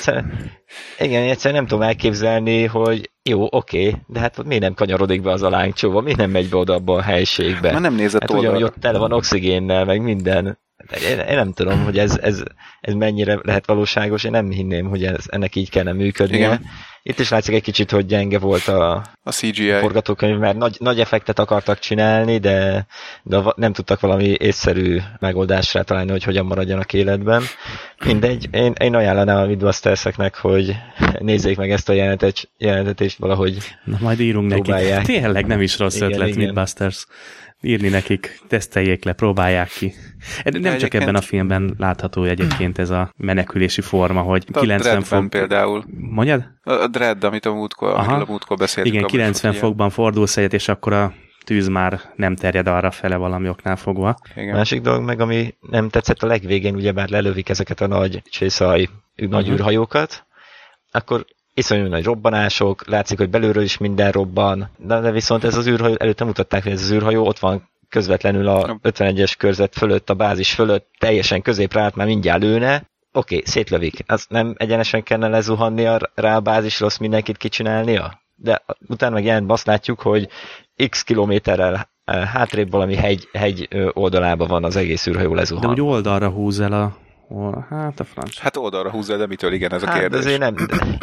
Igen, egyszerűen nem tudom elképzelni, hogy jó, oké, de hát miért nem kanyarodik be az a lángcsóval, miért nem megy be oda abba a helységbe? Már nem nézett hát ugyanúgy ott tele van oxigénnel, meg minden. Én nem tudom, hogy ez mennyire lehet valóságos, én nem hinném, hogy ennek így kellene működnie. Igen. Itt is látszik egy kicsit, hogy gyenge volt a CGI forgatókönyv, mert nagy effektet akartak csinálni, de nem tudtak valami észszerű megoldást találni, hogy hogyan maradjanak életben. Mindegy, én ajánlanám a Mythbusters-eknek, hogy nézzék meg ezt a jelenetet és valahogy na, majd írunk próbálják. Neki. Tényleg nem is rossz ötlet, Mythbusters. Írni nekik, teszteljék le, próbálják ki. Nem csak ebben a filmben látható egyébként ez a menekülési forma, hogy 90 fok... például. Mondjad? A Dredd, amit a múltkor beszéltünk. Igen, 90 fokban fordulsz egyet, és akkor a tűz már nem terjed arra fele valami oknál fogva. Igen. Másik dolog meg, ami nem tetszett a legvégén, ugyebár lelövik ezeket a nagy csészai, nagy űrhajókat, akkor iszonyú nagy robbanások, látszik, hogy belülről is minden robban, de viszont ez az űrhajó, előtte mutatták, hogy ez az űrhajó ott van közvetlenül a 51-es körzet fölött, a bázis fölött, teljesen középre állt, már mindjárt lőne. Oké, szétlövik. Az nem egyenesen kellene lezuhannia rá a bázisra, azt mindenkit kicsinálnia? De utána meg ilyen azt látjuk, hogy x kilométerrel hátrébb valami hegy oldalába van az egész űrhajó lezuhan. De úgy oldalra húz el a franc. Hát oldalra húzza, de mitől igen ez a kérdés. Azért nem.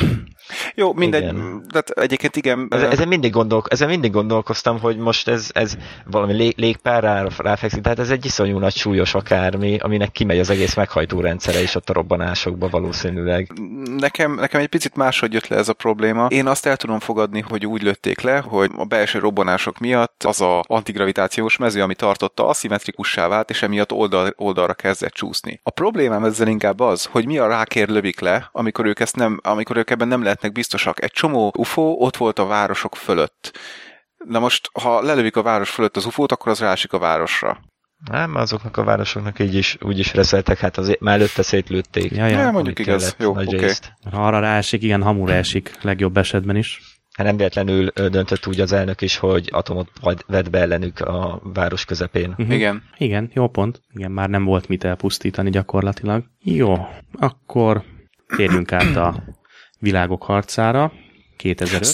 Jó, mindegy. De egyébként igen. Ezen mindig gondolkoztam, hogy most ez valami légpár ráfekszik, tehát ez egy iszonyú nagy súlyos akármi, aminek kimegy az egész meghajtórendszere is ott a robbanásokba valószínűleg. Nekem egy picit máshogy jött le ez a probléma. Én azt el tudom fogadni, hogy úgy lőtték le, hogy a belső robbanások miatt az a antigravitációs mező, ami tartotta, aszimmetrikussá vált, és emiatt oldalra kezdett csúszni. A problémám ezzel inkább az, hogy mi a rákér lövik le, amikor ők ebben nem lehetnek biztosak. Egy csomó UFO ott volt a városok fölött. Na most, ha lelövik a város fölött az UFO-t, akkor az rásik a városra. Nem, azoknak a városoknak úgy is reszeltek, hát azért már előtte szétlőtték. Ja, mondjuk igaz. Jó, oké. Arra rásik, igen, hamura esik, legjobb esetben is. Hát nem véletlenül döntött úgy az elnök is, hogy atomot vett be ellenük a város közepén. Igen. Igen, jó pont. Igen, már nem volt mit elpusztítani gyakorlatilag. Jó, akkor térjünk át a Világok harcára. 2005.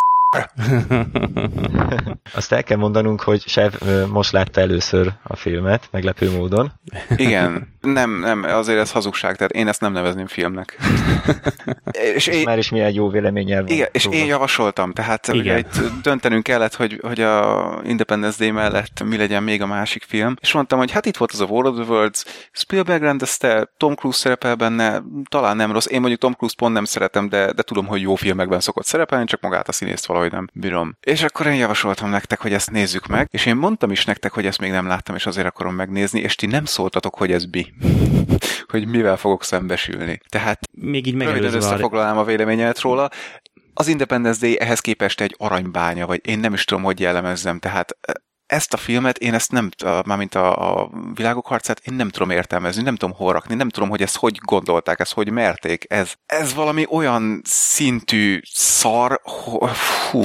Azt el kell mondanunk, hogy Sev most látta először a filmet, meglepő módon. Igen, nem, azért ez hazugság, tehát én ezt nem nevezném filmnek. és már is milyen jó véleménnyel van. Igen, és én javasoltam, tehát ugye itt döntenünk kellett, hogy a Independence Day mellett mi legyen még a másik film, és mondtam, hogy hát itt volt az a War of the Worlds, Spielberg rendezte, Tom Cruise szerepel benne, talán nem rossz, én mondjuk Tom Cruise pont nem szeretem, de tudom, hogy jó filmekben szokott szerepelni, csak magát a színészt valahogy nem bírom. És akkor én javasoltam nektek, hogy ezt nézzük meg, és én mondtam is nektek, hogy ezt még nem láttam, és azért akarom megnézni, és ti nem szóltatok, hogy ez hogy mivel fogok szembesülni. Tehát még így röviden összefoglalnám a véleményemet róla. Az Independence Day ehhez képest egy aranybánya, vagy én nem is tudom, hogy jellemezzem. Tehát ezt a filmet, én ezt nem, mármint a Világok harcát, én nem tudom értelmezni, nem tudom hol rakni, nem tudom, hogy ezt hogy gondolták, ezt hogy merték. Ez valami olyan szintű szar, fú.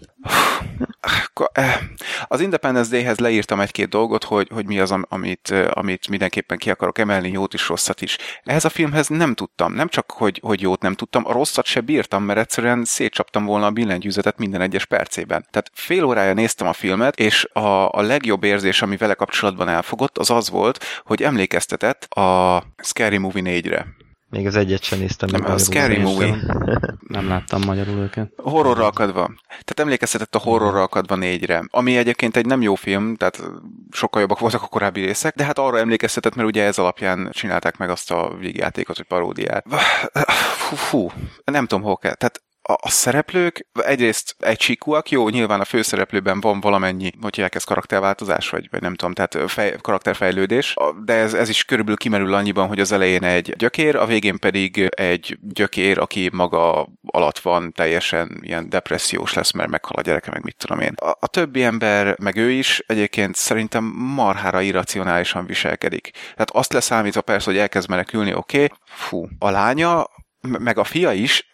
Az Independence Day-hez leírtam egy-két dolgot, hogy mi az, amit mindenképpen ki akarok emelni, jót is, rosszat is. Ehhez a filmhez nem tudtam, nem csak, hogy jót nem tudtam, a rosszat se bírtam, mert egyszerűen szétcsaptam volna a billentyűzetet minden egyes percében. Tehát fél órája néztem a filmet, és a legjobb érzés, ami vele kapcsolatban elfogott, az volt, hogy emlékeztetett a Scary Movie 4-re. Még az egyet sem néztem. Nem, a Scary Movie. Nem láttam magyarul őket. Horrorra akadva. Tehát emlékeztetett a Horrorra akadva 4-re, ami egyébként egy nem jó film, tehát sokkal jobbak voltak a korábbi részek, de hát arra emlékeztetett, mert ugye ez alapján csinálták meg azt a végjátékot, vagy paródiát. Fú, nem tudom, hol kell. Tehát a szereplők egyrészt egysíkúak, jó, nyilván a főszereplőben van valamennyi, hogy hívják, ez karakterváltozás, vagy nem tudom, tehát karakterfejlődés, de ez is körülbelül kimerül annyiban, hogy az elején egy gyökér, a végén pedig egy gyökér, aki maga alatt van, teljesen ilyen depressziós lesz, mert meghal a gyereke, meg mit tudom én. A többi ember, meg ő is egyébként szerintem marhára irracionálisan viselkedik. Tehát azt leszámítva persze, hogy elkezd menekülni, oké. Fú, a lánya, meg a fia is,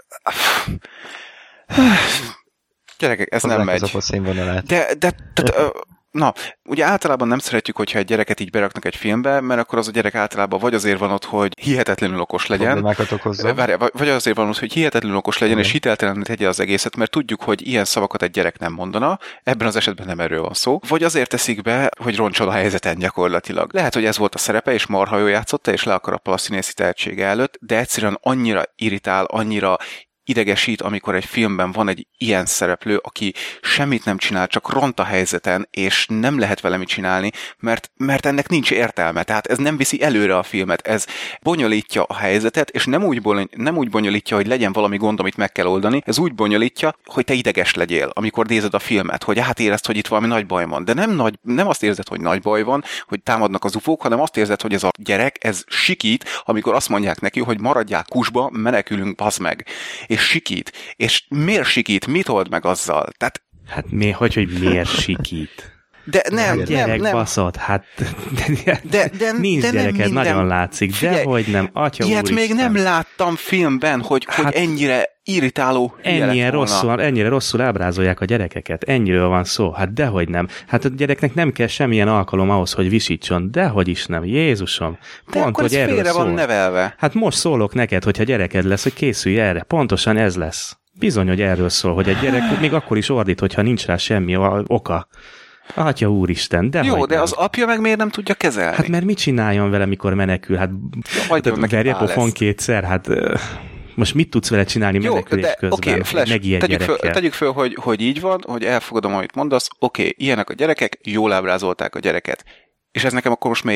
gyerekek, ez nem megy. Na, ugye általában nem szeretjük, hogyha egy gyereket így beraknak egy filmbe, mert akkor az a gyerek általában vagy azért van ott, hogy hihetetlenül okos legyen, vagy azért van ott, hogy hihetetlenül okos legyen, és hiteltelenül tegye az egészet, mert tudjuk, hogy ilyen szavakat egy gyerek nem mondana, ebben az esetben nem erről van szó, vagy azért teszik be, hogy roncsol a helyzeten gyakorlatilag. Lehet, hogy ez volt a szerepe, és marha jól játszotta, és le akar a színészi tehetsége előtt, de egyszerűen annyira irritál, annyira idegesít, amikor egy filmben van egy ilyen szereplő, aki semmit nem csinál, csak ront a helyzeten, és nem lehet vele mit csinálni, mert ennek nincs értelme. Tehát ez nem viszi előre a filmet, ez bonyolítja a helyzetet, és nem úgy bonyolítja, hogy legyen valami gond, amit meg kell oldani, ez úgy bonyolítja, hogy te ideges legyél, amikor nézed a filmet, hogy átérezd, hogy itt valami nagy baj van. De nem azt érzed, hogy nagy baj van, hogy támadnak az ufók, hanem azt érzed, hogy ez a gyerek, ez sikít, amikor azt mondják neki, hogy maradjál kusba, menekülünk, bazd meg. És sikít. És miért sikít? Mit old meg azzal? Tehát... Hát hogy miért sikít? De nem, gyerek nem. Baszod, hát nincs gyereked, nagyon látszik, de hogy nem, atya ilyet úristen. még nem láttam filmben, hogy ennyire irritáló ennyire rosszul ábrázolják a gyerekeket, ennyiről van szó, hát dehogy nem. Hát a gyereknek nem kell semmilyen alkalom ahhoz, hogy visítson, dehogy is nem, Jézusom. Pont, akkor hogy ez félre van nevelve. Hát most szólok neked, hogyha gyereked lesz, hogy készülj erre, pontosan ez lesz. Bizony, hogy erről szól, hogy egy gyerek még akkor is ordít, hogyha nincs rá semmi oka. Atya úristen, de jó, de az apja meg miért nem tudja kezelni? Hát mert mit csináljon vele, mikor menekül? Hát verje pofon kétszer, hát most mit tudsz vele csinálni menekülés közben? Oké, Flash, tegyük föl, hogy így van, hogy elfogadom, amit mondasz, oké, ilyenek a gyerekek, jól ábrázolták a gyereket. És ez nekem akkor most miért jó?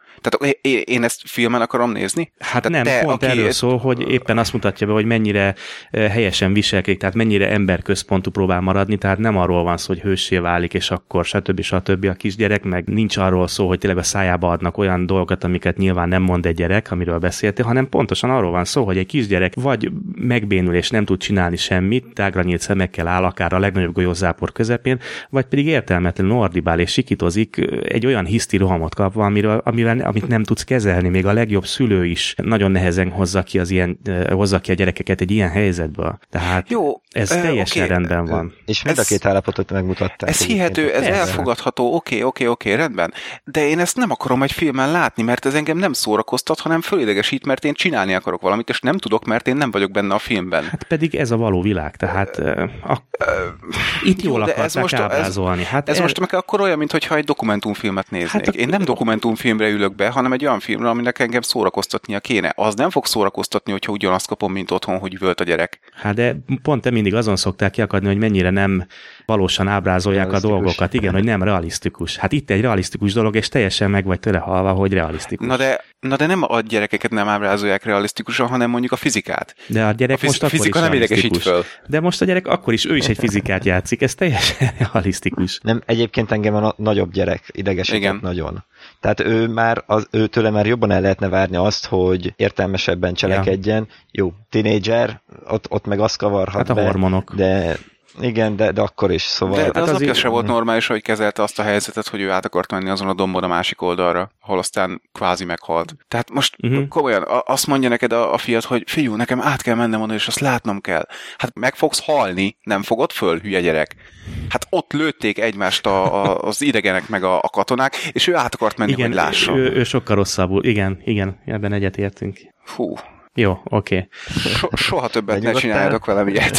Tehát én ezt filmen akarom nézni? Hát nem, pont erről szól, hogy éppen azt mutatja be, hogy mennyire helyesen viselkedik, tehát mennyire emberközpontú próbál maradni, tehát nem arról van szó, hogy hőssé válik, és akkor stb. A kisgyerek, meg nincs arról szó, hogy tényleg a szájába adnak olyan dolgokat, amiket nyilván nem mond egy gyerek, amiről beszéltél, hanem pontosan arról van szó, hogy egy kisgyerek vagy megbénul és nem tud csinálni semmit, tágra nyílt szemekkel áll akár a legnagyobb golyózápor közepén, vagy pedig értelmetlenül ordibál és sikítozik, egy olyan hiszti rohamot kap, amit nem tudsz kezelni, még a legjobb szülő is nagyon nehezen hozza ki a gyerekeket egy ilyen helyzetből. Tehát jó, ez teljesen rendben van. És mind a két állapotot megmutatták. Ez hihető, ez elfogadható, oké, rendben. De én ezt nem akarom egy filmen látni, mert ez engem nem szórakoztat, hanem fölidegesít, mert én csinálni akarok valamit, és nem tudok, mert én nem vagyok benne a filmben. Hát pedig ez a való világ, tehát itt jól akarták ábrázolni. Ez most meg akkor olyan, mintha egy dokumentumfilmet néznék. Hát én nem dokumentumfilmre ülök be, hanem egy olyan filmre, aminek engem szórakoztatnia kéne. Az nem fog szórakoztatni, hogyha ugyanazt kapom, mint otthon, hogy üvölt a gyerek. Hát de pont te mindig azon szokták kiakadni, hogy mennyire nem valósan ábrázolják a dolgokat. Igen, hogy nem realisztikus. Hát itt egy realisztikus dolog, és teljesen meg vagy tőle halva, hogy realisztikus. Na de nem a gyerekeket nem ábrázolják realisztikusan, hanem mondjuk a fizikát. De a gyerek most akkor is nem idegesít föl. De most a gyerek akkor is, ő is egy fizikát játszik, ez teljesen realisztikus. Nem, egyébként engem a nagyobb gyerek idegesített nagyon. Tehát őtőle már jobban el lehetne várni azt, hogy értelmesebben cselekedjen. Ja. Jó, tínédzser, ott meg azt kavarhat hát a hormonok. De igen, de akkor is, szóval... De hát az apja se volt normális, hogy kezelte azt a helyzetet, hogy ő át akart menni azon a dombon a másik oldalra, ahol aztán kvázi meghalt. Tehát most komolyan azt mondja neked a fiat, hogy fiú, nekem át kell mennem onnan, és azt látnom kell. Hát meg fogsz halni, nem fogod föl, hülye gyerek. Hát ott lőtték egymást az idegenek meg a katonák, és ő át akart menni, hogy lássa. Ő sokkal rosszabbul. Igen, ebben egyetértünk. Fú. Jó, oké. Soha többet ne csináljatok velem ilyet.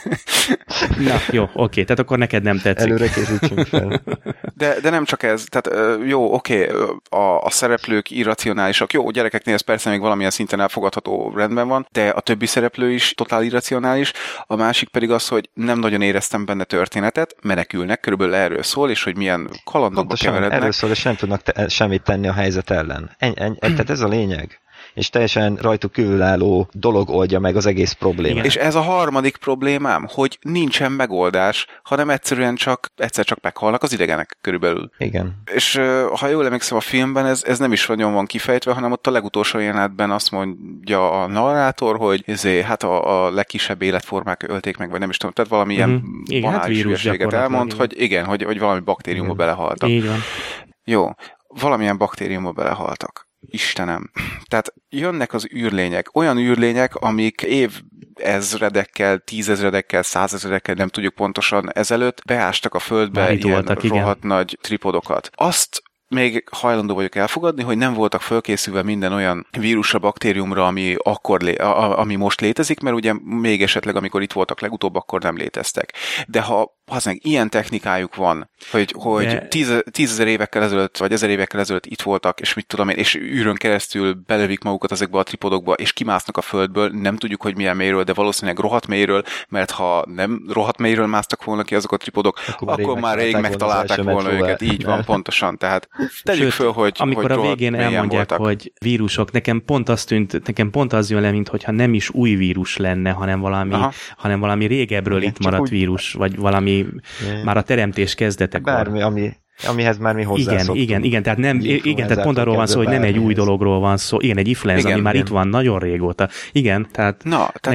Na, jó, oké, tehát akkor neked nem tetszik. Előre készítsünk fel. De nem csak ez, tehát jó, oké, a szereplők irracionálisak, jó, gyerekeknél ez persze még valamilyen szinten elfogadható, rendben van, de a többi szereplő is totál irracionális, a másik pedig az, hogy nem nagyon éreztem benne történetet, menekülnek, körülbelül erről szól, és hogy milyen kalandokba keverednek. Erről szól, és nem tudnak semmit tenni a helyzet ellen. Tehát ez a lényeg. És teljesen rajtuk kívülálló dolog oldja meg az egész problémát. És ez a harmadik problémám, hogy nincsen megoldás, hanem egyszerűen egyszer csak meghalnak az idegenek körülbelül. Igen. És ha jól emlékszem a filmben, ez nem is nagyon van kifejtve, hanem ott a legutolsó jelenetben azt mondja a narrátor, hogy hát a legkisebb életformák ölték meg, vagy nem is tudom, tehát valamilyen banális hülyeséget elmond, hogy igen, hogy valami baktériumba belehaltak. Így van. Jó, valamilyen baktériumba belehaltak. Istenem. Tehát jönnek az űrlények, olyan űrlények, amik évezredekkel, 10,000-ekkel, 100,000-ekkel, nem tudjuk pontosan ezelőtt, beástak a földbe ilyen rohadt nagy tripodokat. Azt még hajlandó vagyok elfogadni, hogy nem voltak fölkészülve minden olyan vírusra, baktériumra, ami most létezik, mert ugye még esetleg, amikor itt voltak legutóbb, akkor nem léteztek. De ha ilyen technikájuk van, hogy 10,000 évekkel ezelőtt, vagy 1000 évekkel ezelőtt itt voltak, és mit tudom én, és űrön keresztül belövik magukat ezekbe a tripodokba, és kimásznak a földből, nem tudjuk, hogy milyen mélyről, de valószínűleg rohadt mélyről, mert ha nem rohadt mélyről másztak volna ki azok a tripodok, akkor már rég megtalálták volna őket. Így van, pontosan. Tehát tegyük föl, hogy amikor a végén elmondják, voltak. Hogy vírusok, nekem pont az jön le, mintha nem is új vírus lenne, hanem valami régebről itt maradt vírus, vagy valami már a teremtés kezdetekor. Bármi, amihez már mi hozzászoktunk. Igen, tehát pont arról van szó, hogy nem egy új dologról van szó. Igen, egy influenza, ami már itt van nagyon régóta. Igen, tehát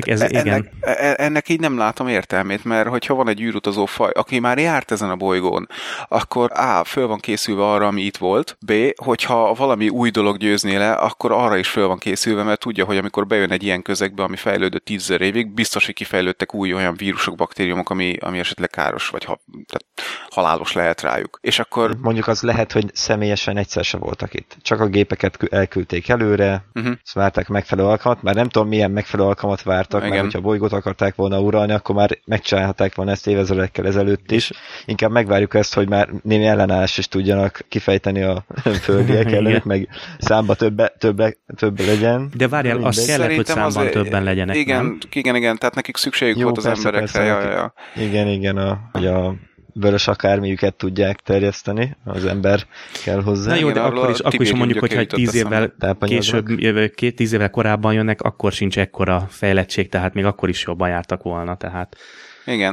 ennek így nem látom értelmét, mert hogyha van egy űrutazó faj, aki már járt ezen a bolygón, akkor A, föl van készülve arra, ami itt volt, B, hogyha valami új dolog győzné le, akkor arra is föl van készülve, mert tudja, hogy amikor bejön egy ilyen közegbe, ami fejlődött 10,000 évig, biztos, hogy kifejlődtek új olyan vírusok, baktériumok, ami esetleg káros, vagy tehát halálos lehet rájuk. És akkor... Mondjuk az lehet, hogy személyesen egyszer se voltak itt. Csak a gépeket elküldték előre, azt várták megfelelő alkalmat, már nem tudom milyen megfelelő alkalmat vártak, mert hogyha a bolygót akarták volna uralni, akkor már megcsinálhatták volna ezt évezredekkel ezelőtt is. Inkább megvárjuk ezt, hogy már némi ellenállás is tudjanak kifejteni a földiek előtt, meg számba több legyen. De várjál, az kellett, hogy számban többen legyenek. Igen, tehát nekik szükségük volt az emberekre. Igen, hogy a vörös akármiüket tudják terjeszteni, az ember kell hozzá. Na jó, de akkor is mondjuk, hogyha 10 évvel később, 10 évvel korábban jönnek, akkor sincs ekkora fejlettség, tehát még akkor is jobban jártak volna, tehát... Igen.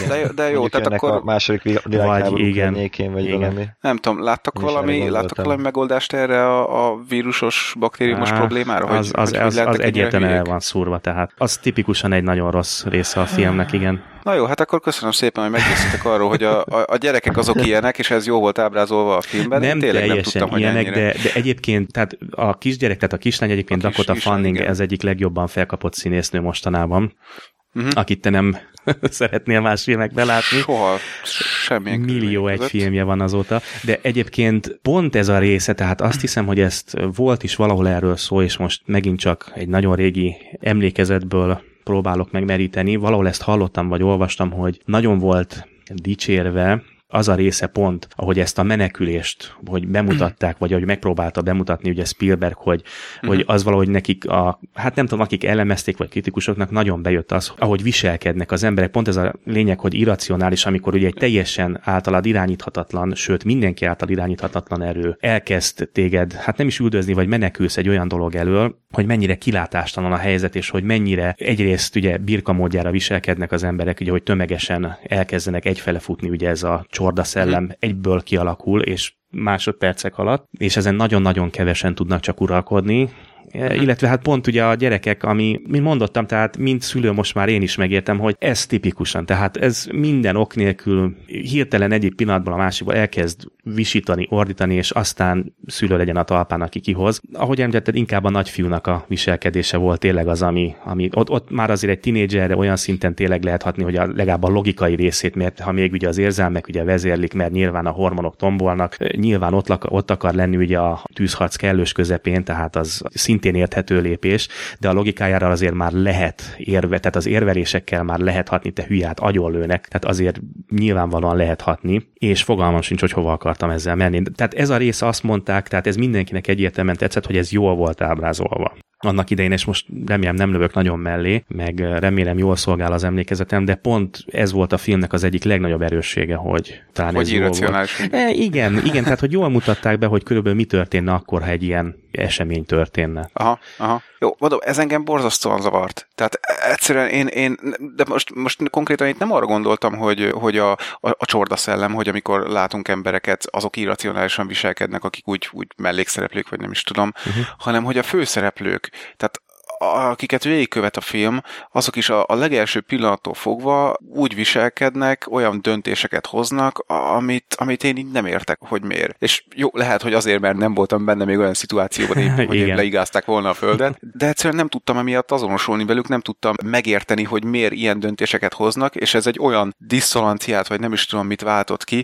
De jó, tehát akkor... a második világháború környékén, vagy valami. Nem tudom, láttak valami megoldást erre a vírusos, baktériumos problémára? Az egyértelműen el van szúrva, tehát az tipikusan egy nagyon rossz része a filmnek, igen. Na jó, hát akkor köszönöm szépen, hogy meggyőztetek arról, hogy a gyerekek azok ilyenek, és ez jó volt ábrázolva a filmben. Nem teljesen ilyenek, de egyébként, tehát a kisgyerek, tehát a kislány egyébként Dakota Fanning, ez egyik legjobban felkapott színésznő mostanában. Akit te nem szeretnél más filmekbe látni. Soha, semmilyen. Millió egy filmje van azóta, de egyébként pont ez a része, tehát azt hiszem, hogy ezt volt is valahol erről szó, és most megint csak egy nagyon régi emlékezetből próbálok megmeríteni. Valahol ezt hallottam, vagy olvastam, hogy nagyon volt dicsérve az a része pont, ahogy ezt a menekülést, hogy bemutatták, vagy ahogy megpróbálta bemutatni ugye Spielberg, hogy az valahogy nekik hát nem tudom, akik elemezték, vagy kritikusoknak nagyon bejött az, ahogy viselkednek az emberek. Pont ez a lényeg, hogy irracionális, amikor ugye egy teljesen általad irányíthatatlan, sőt mindenki által irányíthatatlan erő elkezd téged, hát nem is üldözni, vagy menekülsz egy olyan dolog elől, hogy mennyire kilátástalan a helyzet, és hogy mennyire egyrészt ugye birkamódjára viselkednek az emberek, ugye, hogy tömegesen elkezdenek egyfele futni, ugye ez a csordaszellem egyből kialakul, és másodpercek alatt, és ezen nagyon-nagyon kevesen tudnak csak uralkodni, illetve hát pont ugye a gyerekek, ami, mint mondottam, tehát mint szülő most már én is megértem, hogy ez tipikusan, tehát ez minden ok nélkül hirtelen egyik pillanatban a másikból elkezd visítani, ordítani, és aztán szülő legyen a talpán, aki kihoz. Ahogy említetted, inkább a nagyfiúnak a viselkedése volt tényleg az, ami ott már azért egy tinédzserre olyan szinten tényleg lehet hatni, hogy legalább a logikai részét, mert ha még ugye az érzelmek ugye vezérlik, mert nyilván a hormonok tombolnak, nyilván ott akar lenni ugye a tűzharc kellős közepén, tehát az szintén érthető lépés, de a logikájára azért már lehet tehát az érvelésekkel már lehet hatni, te hülyát agyonlőnek, tehát azért nyilvánvalóan lehet hatni, és fogalmam sincs, hogy hova akartam ezzel menni. Tehát ez a része, azt mondták, tehát ez mindenkinek egyértelműen tetszett, hogy ez jól volt ábrázolva. Annak idején, és most remélem nem lövök nagyon mellé, meg remélem jól szolgál az emlékezetem, de pont ez volt a filmnek az egyik legnagyobb erőssége, hogy talán hogy ez jól volt. Igen, tehát hogy jól mutatták be, hogy körülbelül mi történne akkor, ha egy ilyen esemény történne. Aha. Jó, mondom, ez engem borzasztóan zavart. Tehát egyszerűen de most konkrétan itt nem arra gondoltam, hogy a csordaszellem, hogy amikor látunk embereket, azok irracionálisan viselkednek, akik úgy mellékszereplők, vagy nem is tudom, hanem hogy a főszereplők, tehát akiket végigkövet a film, azok is a legelső pillanattól fogva úgy viselkednek, olyan döntéseket hoznak, amit én így nem értek, hogy miért. És jó, lehet, hogy azért, mert nem voltam benne még olyan szituációban, hogy leigázták volna a földet, de egyszerűen nem tudtam emiatt azonosulni velük, nem tudtam megérteni, hogy miért ilyen döntéseket hoznak, és ez egy olyan diszonanciát, vagy nem is tudom mit váltott ki,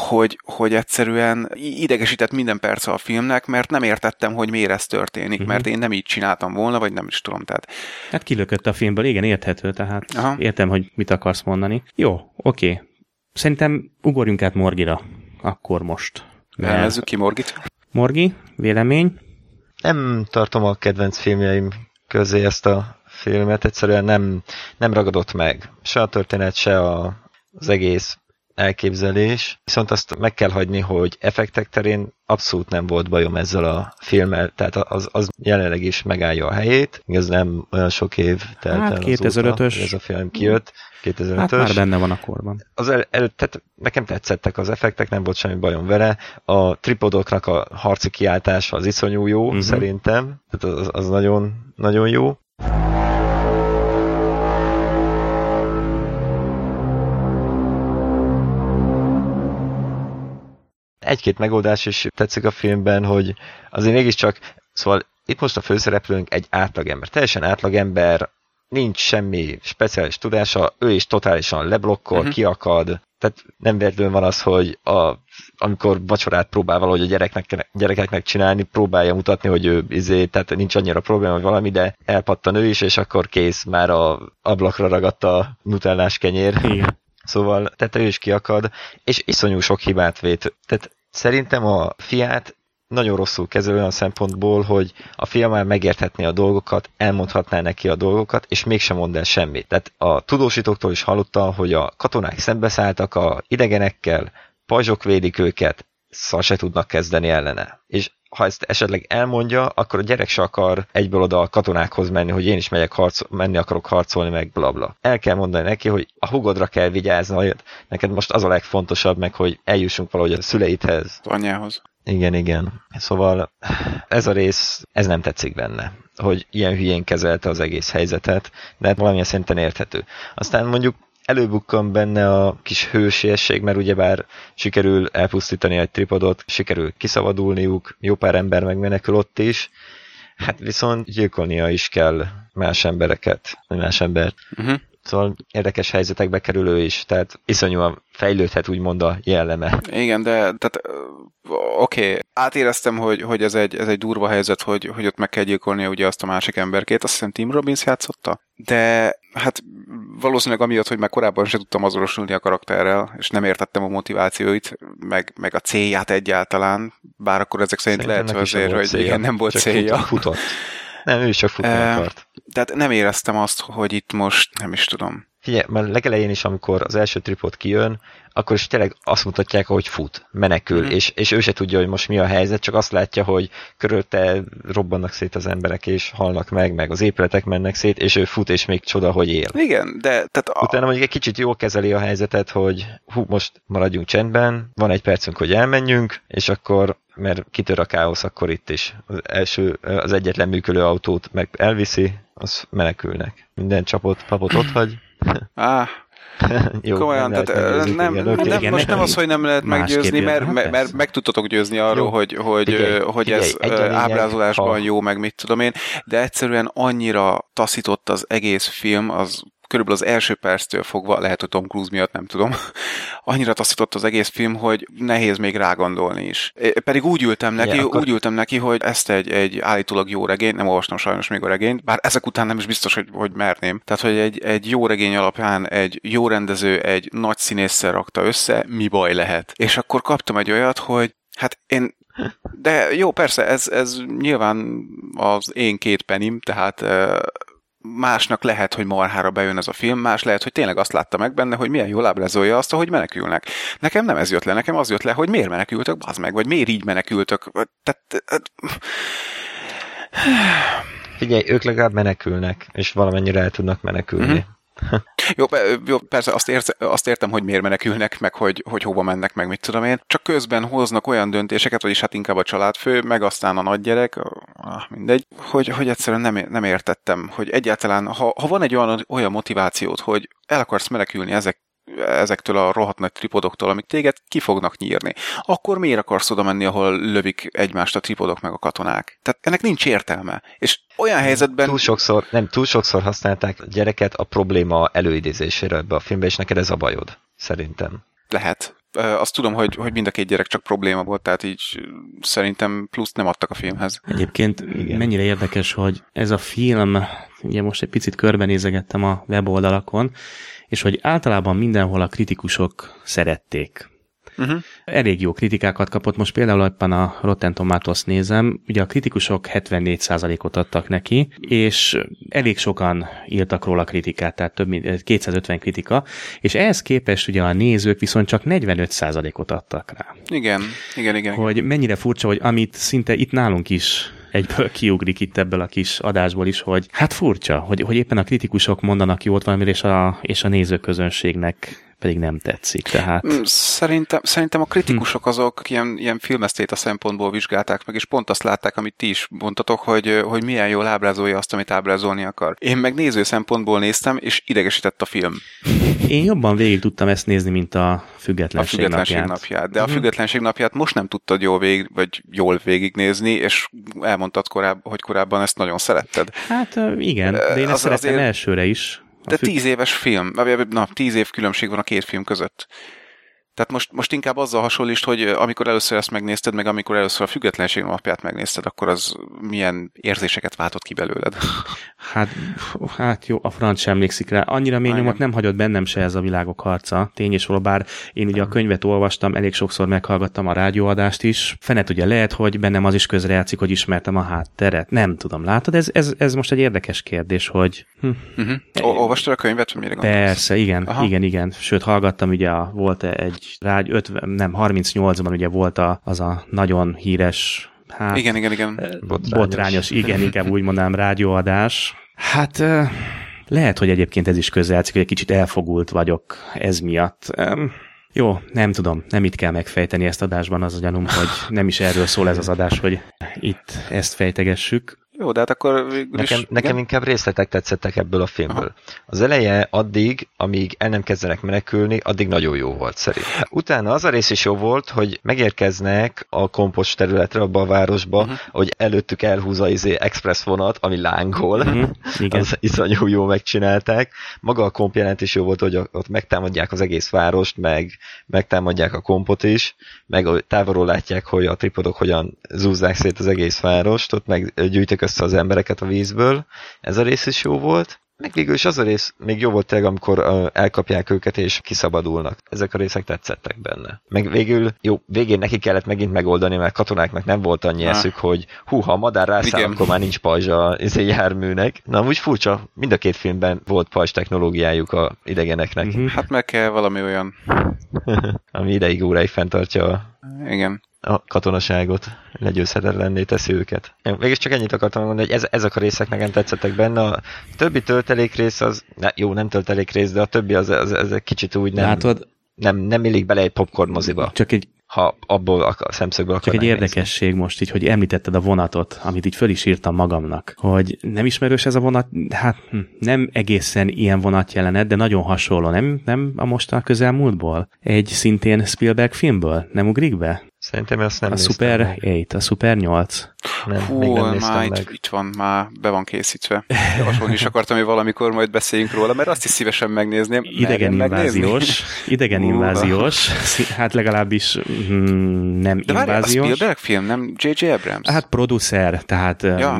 hogy egyszerűen idegesített minden perc a filmnek, mert nem értettem, hogy miért ez történik, mert én nem így csináltam volna, vagy nem is tudom. Tehát... Hát kilökött a filmből, igen, érthető, tehát értem, hogy mit akarsz mondani. Jó, oké. Szerintem ugorjunk át Morgira, akkor most. Elmezzük ki Morgit. Morgi, vélemény? Nem tartom a kedvenc filmjeim közé ezt a filmet, egyszerűen nem ragadott meg. Se a történet, se az egész elképzelés. Viszont azt meg kell hagyni, hogy effektek terén abszolút nem volt bajom ezzel a filmmel, tehát az jelenleg is megállja a helyét. Ez nem olyan sok év telt el 2005-ös. Ez a film kijött. 2005-ös. Hát már benne van a korban. Tehát nekem tetszettek az effektek, nem volt semmi bajom vele. A tripodoknak a harci kiáltása az iszonyú jó, szerintem. Tehát az nagyon, nagyon jó. Egy-két megoldás is tetszik a filmben, hogy azért mégiscsak, szóval itt most a főszereplőnk egy átlagember, teljesen átlagember, nincs semmi speciális tudása, ő is totálisan leblokkol, kiakad, tehát nem véletlenül van az, hogy amikor vacsorát próbál valahogy a gyerekeknek csinálni, próbálja mutatni, hogy ő tehát nincs annyira probléma, vagy valami, de elpattan ő is, és akkor kész, már a ablakra ragadt a nutellás kenyér. Igen. Szóval, tehát ő is kiakad, és iszonyú sok hibát vét. Tehát szerintem a fiát nagyon rosszul kezel olyan szempontból, hogy a film már megérthetné a dolgokat, elmondhatná neki a dolgokat, és mégsem mond el semmit. Tehát a tudósítóktól is hallottam, hogy a katonák szembeszálltak a idegenekkel, pajzsok védik őket, szar se tudnak kezdeni ellene. És ha ezt esetleg elmondja, akkor a gyerek se akar egyből oda a katonákhoz menni, hogy én is menni akarok harcolni, meg blabla. El kell mondani neki, hogy a hugodra kell vigyázni, neked most az a legfontosabb, meg hogy eljussunk valahogy a szüleidhez. Anyához. Igen. Szóval ez a rész, ez nem tetszik benne, hogy ilyen hülyén kezelte az egész helyzetet, de hát valamilyen szinten érthető. Aztán mondjuk előbukkan benne a kis hősiesség, mert ugyebár sikerül elpusztítani egy tripodot, sikerül kiszabadulniuk, jó pár ember megmenekül ott is, hát viszont gyilkolnia is kell más embereket, más embert. Szóval érdekes helyzetekbe kerül ő is, tehát iszonyúan fejlődhet úgymond a jelleme. Igen, de tehát oké. Átéreztem, hogy ez egy durva helyzet, hogy ott meg kell gyilkolnia ugye azt a másik emberkét, azt hiszem Tim Robbins játszotta, de hát valószínűleg amiatt, hogy már korábban sem tudtam azonosulni a karakterrel, és nem értettem a motivációit, meg a célját egyáltalán, bár akkor ezek szerint szerintem lehet azért, hogy célja. Igen, nem volt csak célja. Futott. Nem, ő is csak futni akart. Tehát nem éreztem azt, hogy itt most, nem is tudom. Figyelj, mert legelején is, amikor az első tripod kijön, akkor is tényleg azt mutatják, hogy fut, menekül, és ő se tudja, hogy most mi a helyzet, csak azt látja, hogy körülte robbannak szét az emberek, és halnak meg az épületek mennek szét, és ő fut, és még csoda, hogy él. Igen, de... Tehát utána mondjuk egy kicsit jól kezeli a helyzetet, hogy most maradjunk csendben, van egy percünk, hogy elmenjünk, és akkor, mert kitör a káosz, akkor itt is. Az egyetlen működő autót meg elviszi, az menekülnek. Minden papot ott hagy. Jó, komolyan, most nem az, hogy nem lehet meggyőzni, mert meg tudtatok győzni arról, hogy ez ábrázolásban jó, meg mit tudom én, de egyszerűen annyira taszított az egész film, az körülbelül az első perctől fogva, lehet, hogy Tom Cruise miatt, nem tudom, annyira taszított az egész film, hogy nehéz még rágondolni is. Pedig úgy ültem neki, hogy ezt egy állítólag jó regény, nem olvastam sajnos még a regényt, bár ezek után nem is biztos, hogy merném. Tehát, hogy egy jó regény alapján egy jó rendező, egy nagy színésszel rakta össze, mi baj lehet. És akkor kaptam egy olyat, hogy hát de jó, persze, ez nyilván az én két pennim, tehát másnak lehet, hogy marhára bejön ez a film, más lehet, hogy tényleg azt látta meg benne, hogy milyen jól ábrázolja azt, ahogy menekülnek. Nekem nem ez jött le, nekem az jött le, hogy miért menekültök, bazd meg, vagy miért így menekültök. Figyelj, ők legalább menekülnek, és valamennyire el tudnak menekülni. Jó, persze azt értem, hogy miért menekülnek, meg hogy hova mennek, meg mit tudom én. Csak közben hoznak olyan döntéseket, vagyis hát inkább a családfő, meg aztán a nagygyerek, mindegy, hogy egyszerűen nem értettem, hogy egyáltalán, ha van egy olyan motivációt, hogy el akarsz menekülni ezektől a rohadt nagy tripodoktól, amik téged ki fognak nyírni, akkor miért akarsz oda menni, ahol lövik egymást a tripodok meg a katonák? Tehát ennek nincs értelme. És olyan helyzetben... Túl sokszor használták a gyereket a probléma előidézésére ebbe a filmbe, és neked ez a bajod, szerintem. Lehet. Azt tudom, hogy mind a két gyerek csak probléma volt, tehát így szerintem pluszt nem adtak a filmhez. Egyébként igen. Mennyire érdekes, hogy ez a film, ugye most egy picit körbenézegettem a weboldalakon, és hogy általában mindenhol a kritikusok szerették. Elég jó kritikákat kapott, most például éppen a Rotten Tomatoes nézem, ugye a kritikusok 74%-ot adtak neki, és elég sokan írtak róla kritikát, tehát több mint 250 kritika, és ehhez képest ugye a nézők viszont csak 45%-ot adtak rá. Igen. Hogy mennyire furcsa, hogy amit szinte itt nálunk is egyből kiugrik itt ebből a kis adásból is, hogy hát furcsa, hogy éppen a kritikusok mondanak jót valamire, és a nézőközönségnek pedig nem tetszik, tehát... Szerintem a kritikusok azok ilyen filmesztéta szempontból vizsgálták meg, és pont azt látták, amit ti is mondtatok, hogy milyen jól ábrázolja azt, amit ábrázolni akar. Én meg néző szempontból néztem, és idegesített a film. Én jobban végig tudtam ezt nézni, mint a Függetlenség napját. De a Függetlenség napját most nem tudtad jól végignézni, és elmondtad hogy korábban ezt nagyon szeretted. Hát igen, de én ezt szerettem elsőre is. De 10 éves film, 10 év különbség van a két film között. Tehát most inkább azzal hasonlítsd, hogy amikor először ezt megnézted, meg amikor először a Függetlenség napját megnézted, akkor az milyen érzéseket váltott ki belőled? Hát jó, a franc sem emlékszik rá. Annyira mély nyomot nem hagyott bennem se ez a Világok harca. Tény és való, bár én ugye a könyvet olvastam, elég sokszor meghallgattam a rádióadást is. Fenet ugye lehet, hogy bennem az is közrejátszik, hogy ismertem a hátteret. Nem tudom, látod? Ez most egy érdekes kérdés, hogy... Olvastad a könyvet, hogy mire gondolsz? Persze, igen. Sőt, hallgattam, ugye volt egy 38-ban ugye volt az a nagyon híres, igen. Botrányos, inkább úgy mondanám, rádióadás. Hát lehet, hogy egyébként ez is közrejátszik, hogy egy kicsit elfogult vagyok ez miatt. Jó, nem tudom, nem itt kell megfejteni ezt adásban, az a gyanúm, hogy nem is erről szól ez az adás, hogy itt ezt fejtegessük. Jó, de hát akkor... Nekem inkább részletek tetszettek ebből a filmből. Aha. Az eleje addig, amíg el nem kezdenek menekülni, addig nagyon jó volt szerintem. Utána az a rész is jó volt, hogy megérkeznek a kompost területre, abba a városba, hogy előttük elhúz a express vonat, ami lángol. Az iszonyú jó megcsinálták. Maga a komp jelentés jó volt, hogy ott megtámadják az egész várost, meg megtámadják a kompot is, meg távolról látják, hogy a tripodok hogyan zúzzák szét az egész várost, ott meggyűjtik össze az embereket a vízből. Ez a rész is jó volt. Meg végül is az a rész még jó volt tényleg, amikor elkapják őket és kiszabadulnak. Ezek a részek tetszettek benne. Meg végén neki kellett megint megoldani, mert katonáknak nem volt annyi eszük, hogy ha a madár rászáll, akkor már nincs pajzs a járműnek. Na, amúgy furcsa, mind a két filmben volt pajzs technológiájuk a idegeneknek. Hát meg kell valami olyan... ami ideig óráig fenntartja a katonaságot, legyőzhetetlenné teszi őket. Mégis csak ennyit akartam mondani, hogy ezek a részek nekem tetszettek benne. A többi töltelékrész az, nem töltelékrész, de a többi az egy kicsit úgy nem illik bele egy popcorn moziba. Csak egy ha abból a szemszögből csak egy érdekesség nézni. Most így, hogy említetted a vonatot, amit így föl is írtam magamnak, hogy nem ismerős ez a vonat, hát nem egészen ilyen vonatjelenet, de nagyon hasonló, nem a most a közelmúltból? Egy szintén Spielberg filmből? Nem ugrik be? Szerintem ezt nem a Super 8, a Super 8. Még nem néztem meg. Itt van, már be van készítve. Javasolni is akartam, hogy valamikor majd beszéljünk róla, mert azt is szívesen megnézném. Idegen inváziós, hát legalábbis nem de inváziós. De várj, a Spielberg film, nem J.J. Abrams? Hát producer, tehát,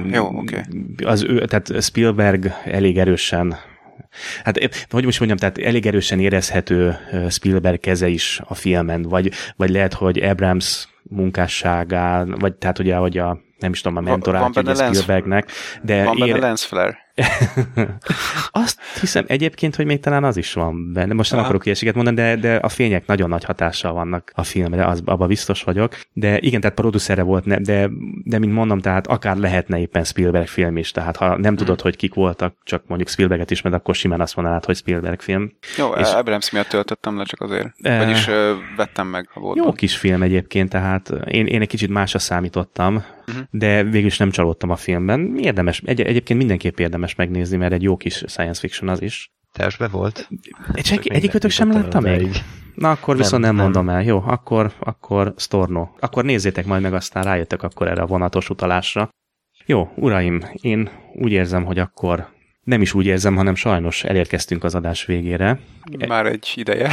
tehát Spielberg elég erősen, hát hogy most mondjam, tehát elég erősen érezhető Spielberg keze is a filmen, vagy lehet, hogy Abrams munkásságán, vagy tehát ugye, hogy nem is tudom, a mentorát ugye Spielbergnek. De van benne lens flare? Azt hiszem egyébként, hogy még talán az is van benne. Most nem akarok ilyeséget mondani, de a fények nagyon nagy hatással vannak a filmre, abban biztos vagyok. De igen, tehát producere volt, de mint mondom, tehát akár lehetne éppen Spielberg film is. Tehát ha nem tudod, hogy kik voltak, csak mondjuk Spielberget ismered, akkor simán azt mondanád, hogy Spielberg film. Jó, Abrams miatt töltöttem le csak azért. Vagyis vettem meg a boltban. Jó kis film egyébként, tehát én egy kicsit másra számítottam, de végül is nem csalódtam a filmben. Érdemes, egyébként mindenképp érdemes megnézni, mert egy jó kis science fiction az is. Tervbe volt? Egyikőtök sem látta még? Na akkor viszont nem mondom el. Jó, akkor Storno. Akkor nézzétek majd meg, aztán rájöttek akkor erre a vonatos utalásra. Jó, uraim, én úgy érzem, hogy akkor nem is úgy érzem, hanem sajnos elérkeztünk az adás végére. Már egy ideje.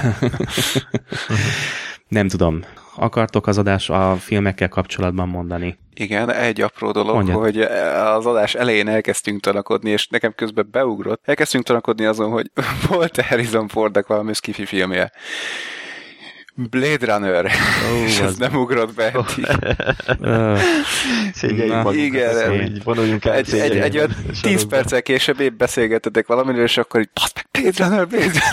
Nem tudom. Akartok az adás a filmekkel kapcsolatban mondani? Igen, egy apró dolog, hogy az adás elején elkezdtünk tanakodni, és nekem közben beugrott. Elkezdtünk tanakodni azon, hogy volt Harrison Fordnak valami skifi filmje. Blade Runner. És ez nem ugrott be eddig. Igen, vonuljunk el. Egy 10 perccel később épp beszélgettetek valamiről, és akkor így Blade Runner.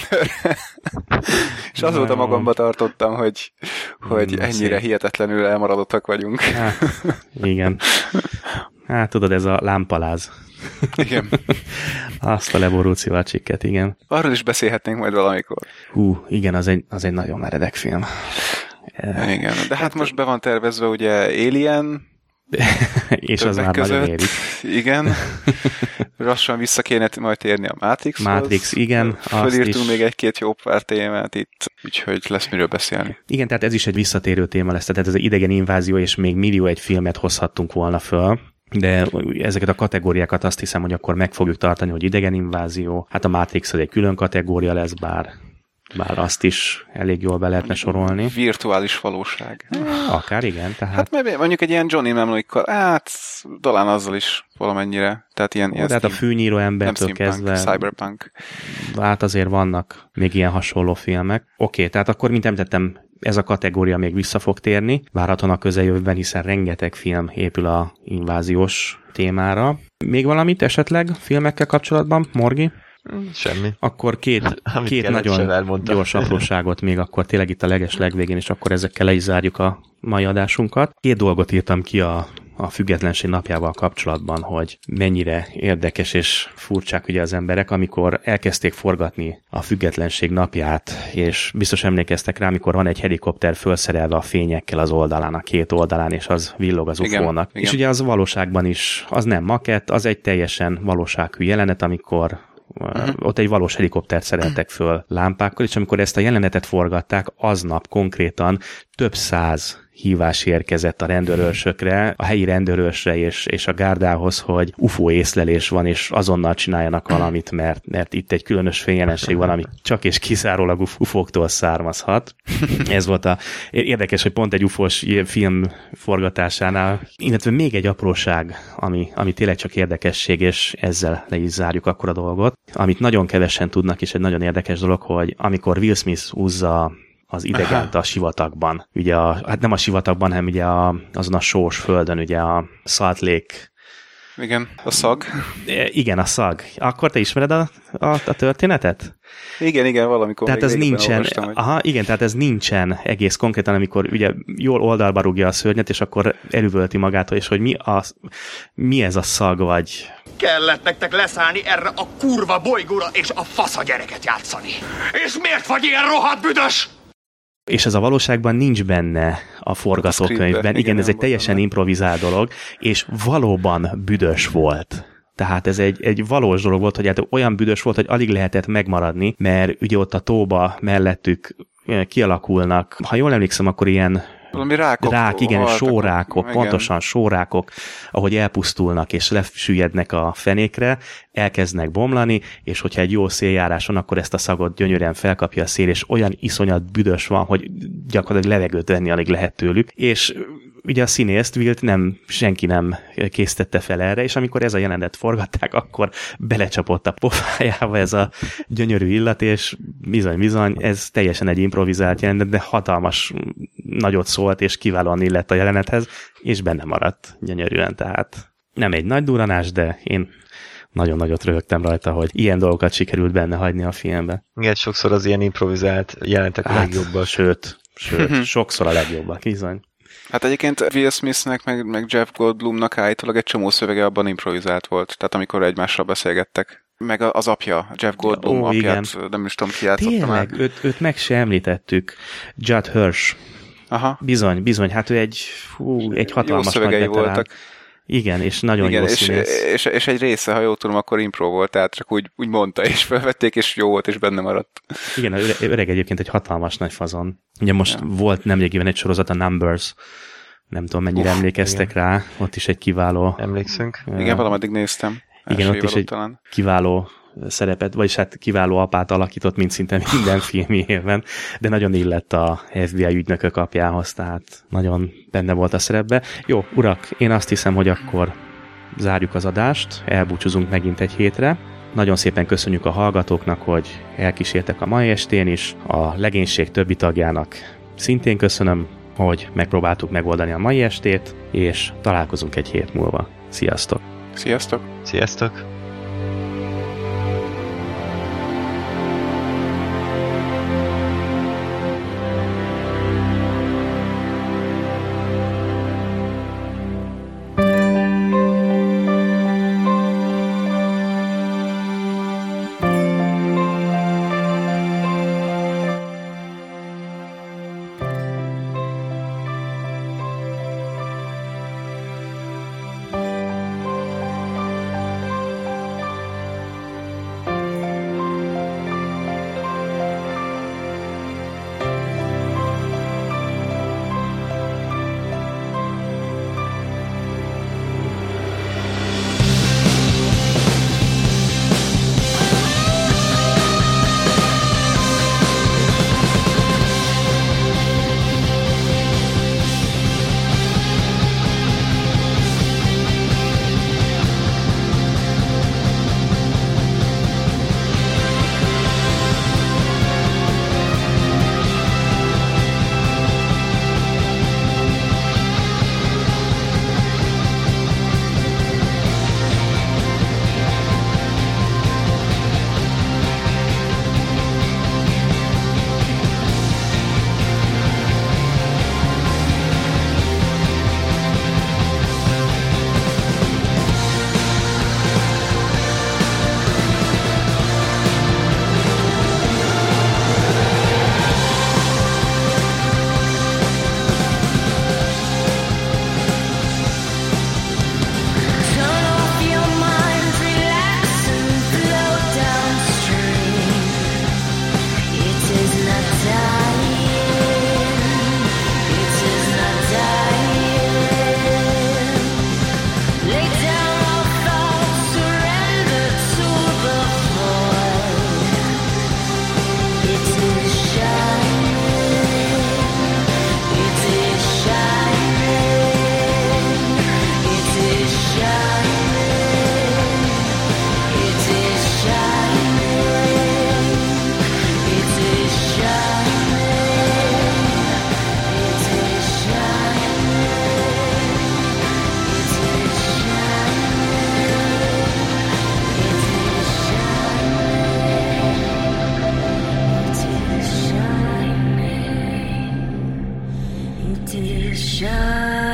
És azóta magamba tartottam, hogy ennyire hihetetlenül elmaradottak vagyunk. Igen. Hát tudod, ez a lámpaláz. Igen. Azt a leborult a csikket, igen. Arról is beszélhetnénk majd valamikor. Igen, az egy nagyon meredek film. Igen, de hát most be van tervezve ugye Alien, és az már nagyon érik. Igen. Lassan vissza kéne majd térni a Matrixhoz. Matrix, igen. Fölírtunk még egy-két jó pár témát itt, úgyhogy lesz miről beszélni. Igen, tehát ez is egy visszatérő téma lesz, tehát ez az idegen invázió, és még millió egy filmet hozhattunk volna föl. De ezeket a kategóriákat azt hiszem, hogy akkor meg fogjuk tartani, hogy idegen invázió. Hát a Matrix az egy külön kategória lesz, bár bár azt is elég jól be lehetne sorolni. Virtuális valóság. Akár igen, tehát... Hát mondjuk egy ilyen Johnny Mnemonikkal, talán azzal is valamennyire. Tehát ilyen tehát a fűnyíró embertől kezdve... Cyberpunk. Hát azért vannak még ilyen hasonló filmek. Oké, tehát akkor, mint említettem, ez a kategória még vissza fog térni, várhatóan a közeljövőben, hiszen rengeteg film épül a inváziós témára. Még valamit esetleg filmekkel kapcsolatban, Morgi? Semmi. Akkor két nagyon gyors apróságot még akkor tényleg itt a legvégén, és akkor ezekkel le is zárjuk a mai adásunkat. 2 dolgot írtam ki a függetlenség napjával kapcsolatban, hogy mennyire érdekes és furcsák ugye az emberek, amikor elkezdték forgatni a függetlenség napját, és biztos emlékeztek rá, amikor van egy helikopter felszerelve a fényekkel az oldalán, a 2 oldalán, és az villog az UFO-nak. Igen. És ugye az valóságban is, az nem makett, az egy teljesen valósághű jelenet, amikor ott egy valós helikoptert szereltek föl lámpákkal, és amikor ezt a jelenetet forgatták, aznap konkrétan több 100 hívás érkezett a rendőrőrsökre, a helyi rendőrőrsre és a gárdához, hogy UFO észlelés van, és azonnal csináljanak valamit, mert itt egy különös fényjelenség van, ami csak és kizárólag UFO-któl származhat. Ez volt érdekes, hogy pont egy UFO-s film forgatásánál, illetve még egy apróság, ami tényleg csak érdekesség, és ezzel le is zárjuk akkor a dolgot, amit nagyon kevesen tudnak, és egy nagyon érdekes dolog, hogy amikor Will Smith húzza az idegent a sivatagban. Ugye hát nem a sivatagban, hanem ugye azon a sós földön, ugye a Salt Lake. Igen, a szag. Igen, a szag. Akkor te ismered a történetet? Igen, valamikor. Tehát ez nincsen, igen, tehát ez nincsen egész konkrétan, amikor ugye jól oldalba rúgja a szörnyet, és akkor elüvölti magától, és hogy mi ez a szag, vagy... Kellett nektek leszállni erre a kurva bolygóra, és a fasz a gyereket játszani. És miért vagy ilyen rohadt büdös? És ez a valóságban nincs benne a forgatókönyvben. Igen, ez egy teljesen improvizált dolog, és valóban büdös volt. Tehát ez egy valós dolog volt, hogy hát olyan büdös volt, hogy alig lehetett megmaradni, mert ugye ott a tóba mellettük kialakulnak, ha jól emlékszem, akkor ilyen valami rákok. Igen, sórákok, igen. Pontosan sórákok, ahogy elpusztulnak és lesüllyednek a fenékre, elkezdnek bomlani, és hogyha egy jó széljárás van, akkor ezt a szagot gyönyörűen felkapja a szél, és olyan iszonyat büdös van, hogy gyakorlatilag levegőt venni alig lehet tőlük, és ugye a színészt, Willt senki nem késztette fel erre, és amikor ez a jelenet forgatták, akkor belecsapott a pofájába ez a gyönyörű illat, és bizony, ez teljesen egy improvizált jelenet, de hatalmas nagyot szólt, és kiválóan illett a jelenethez, és benne maradt gyönyörűen, tehát nem egy nagy durranás, de én nagyon nagyot röhögtem rajta, hogy ilyen dolgokat sikerült benne hagyni a filmbe. Igen, sokszor az ilyen improvizált jelentek a legjobbak. Sőt, sokszor a legjobbak, bizony. Hát egyébként Will Smithnek, meg Jeff Goldblumnak állítólag egy csomó szövege abban improvizált volt, tehát amikor egymással beszélgettek. Meg az apja, Jeff Goldblum apját, igen. Nem is tudom ki játszotta már. Tényleg, őt meg se említettük. Judd Hirsch. Aha. Bizony, hát ő egy hatalmas nagy veterán. Voltak. Igen, és nagyon jó színész. És egy része, ha jól tudom, akkor impro volt, tehát csak úgy mondta, és felvették, és jó volt, és benne maradt. Igen, öreg egyébként egy hatalmas nagy fazon. Ugye most volt nemrégiben egy sorozat, a Numbers, nem tudom, mennyire emlékeztek igen. rá, ott is egy kiváló... Emlékszünk. Igen, valameddig néztem. Igen, ott is egy kiváló szerepet, vagyis hát kiváló apát alakított, mint szinte minden filmjében, de nagyon illett a FBI ügynökök apjához, tehát nagyon benne volt a szerepbe. Jó, urak, én azt hiszem, hogy akkor zárjuk az adást, elbúcsúzunk megint egy hétre. Nagyon szépen köszönjük a hallgatóknak, hogy elkísértek a mai estén is. A legénység többi tagjának szintén köszönöm, hogy megpróbáltuk megoldani a mai estét, és találkozunk egy hét múlva. Sziasztok! Sziasztok! Sziasztok! shine.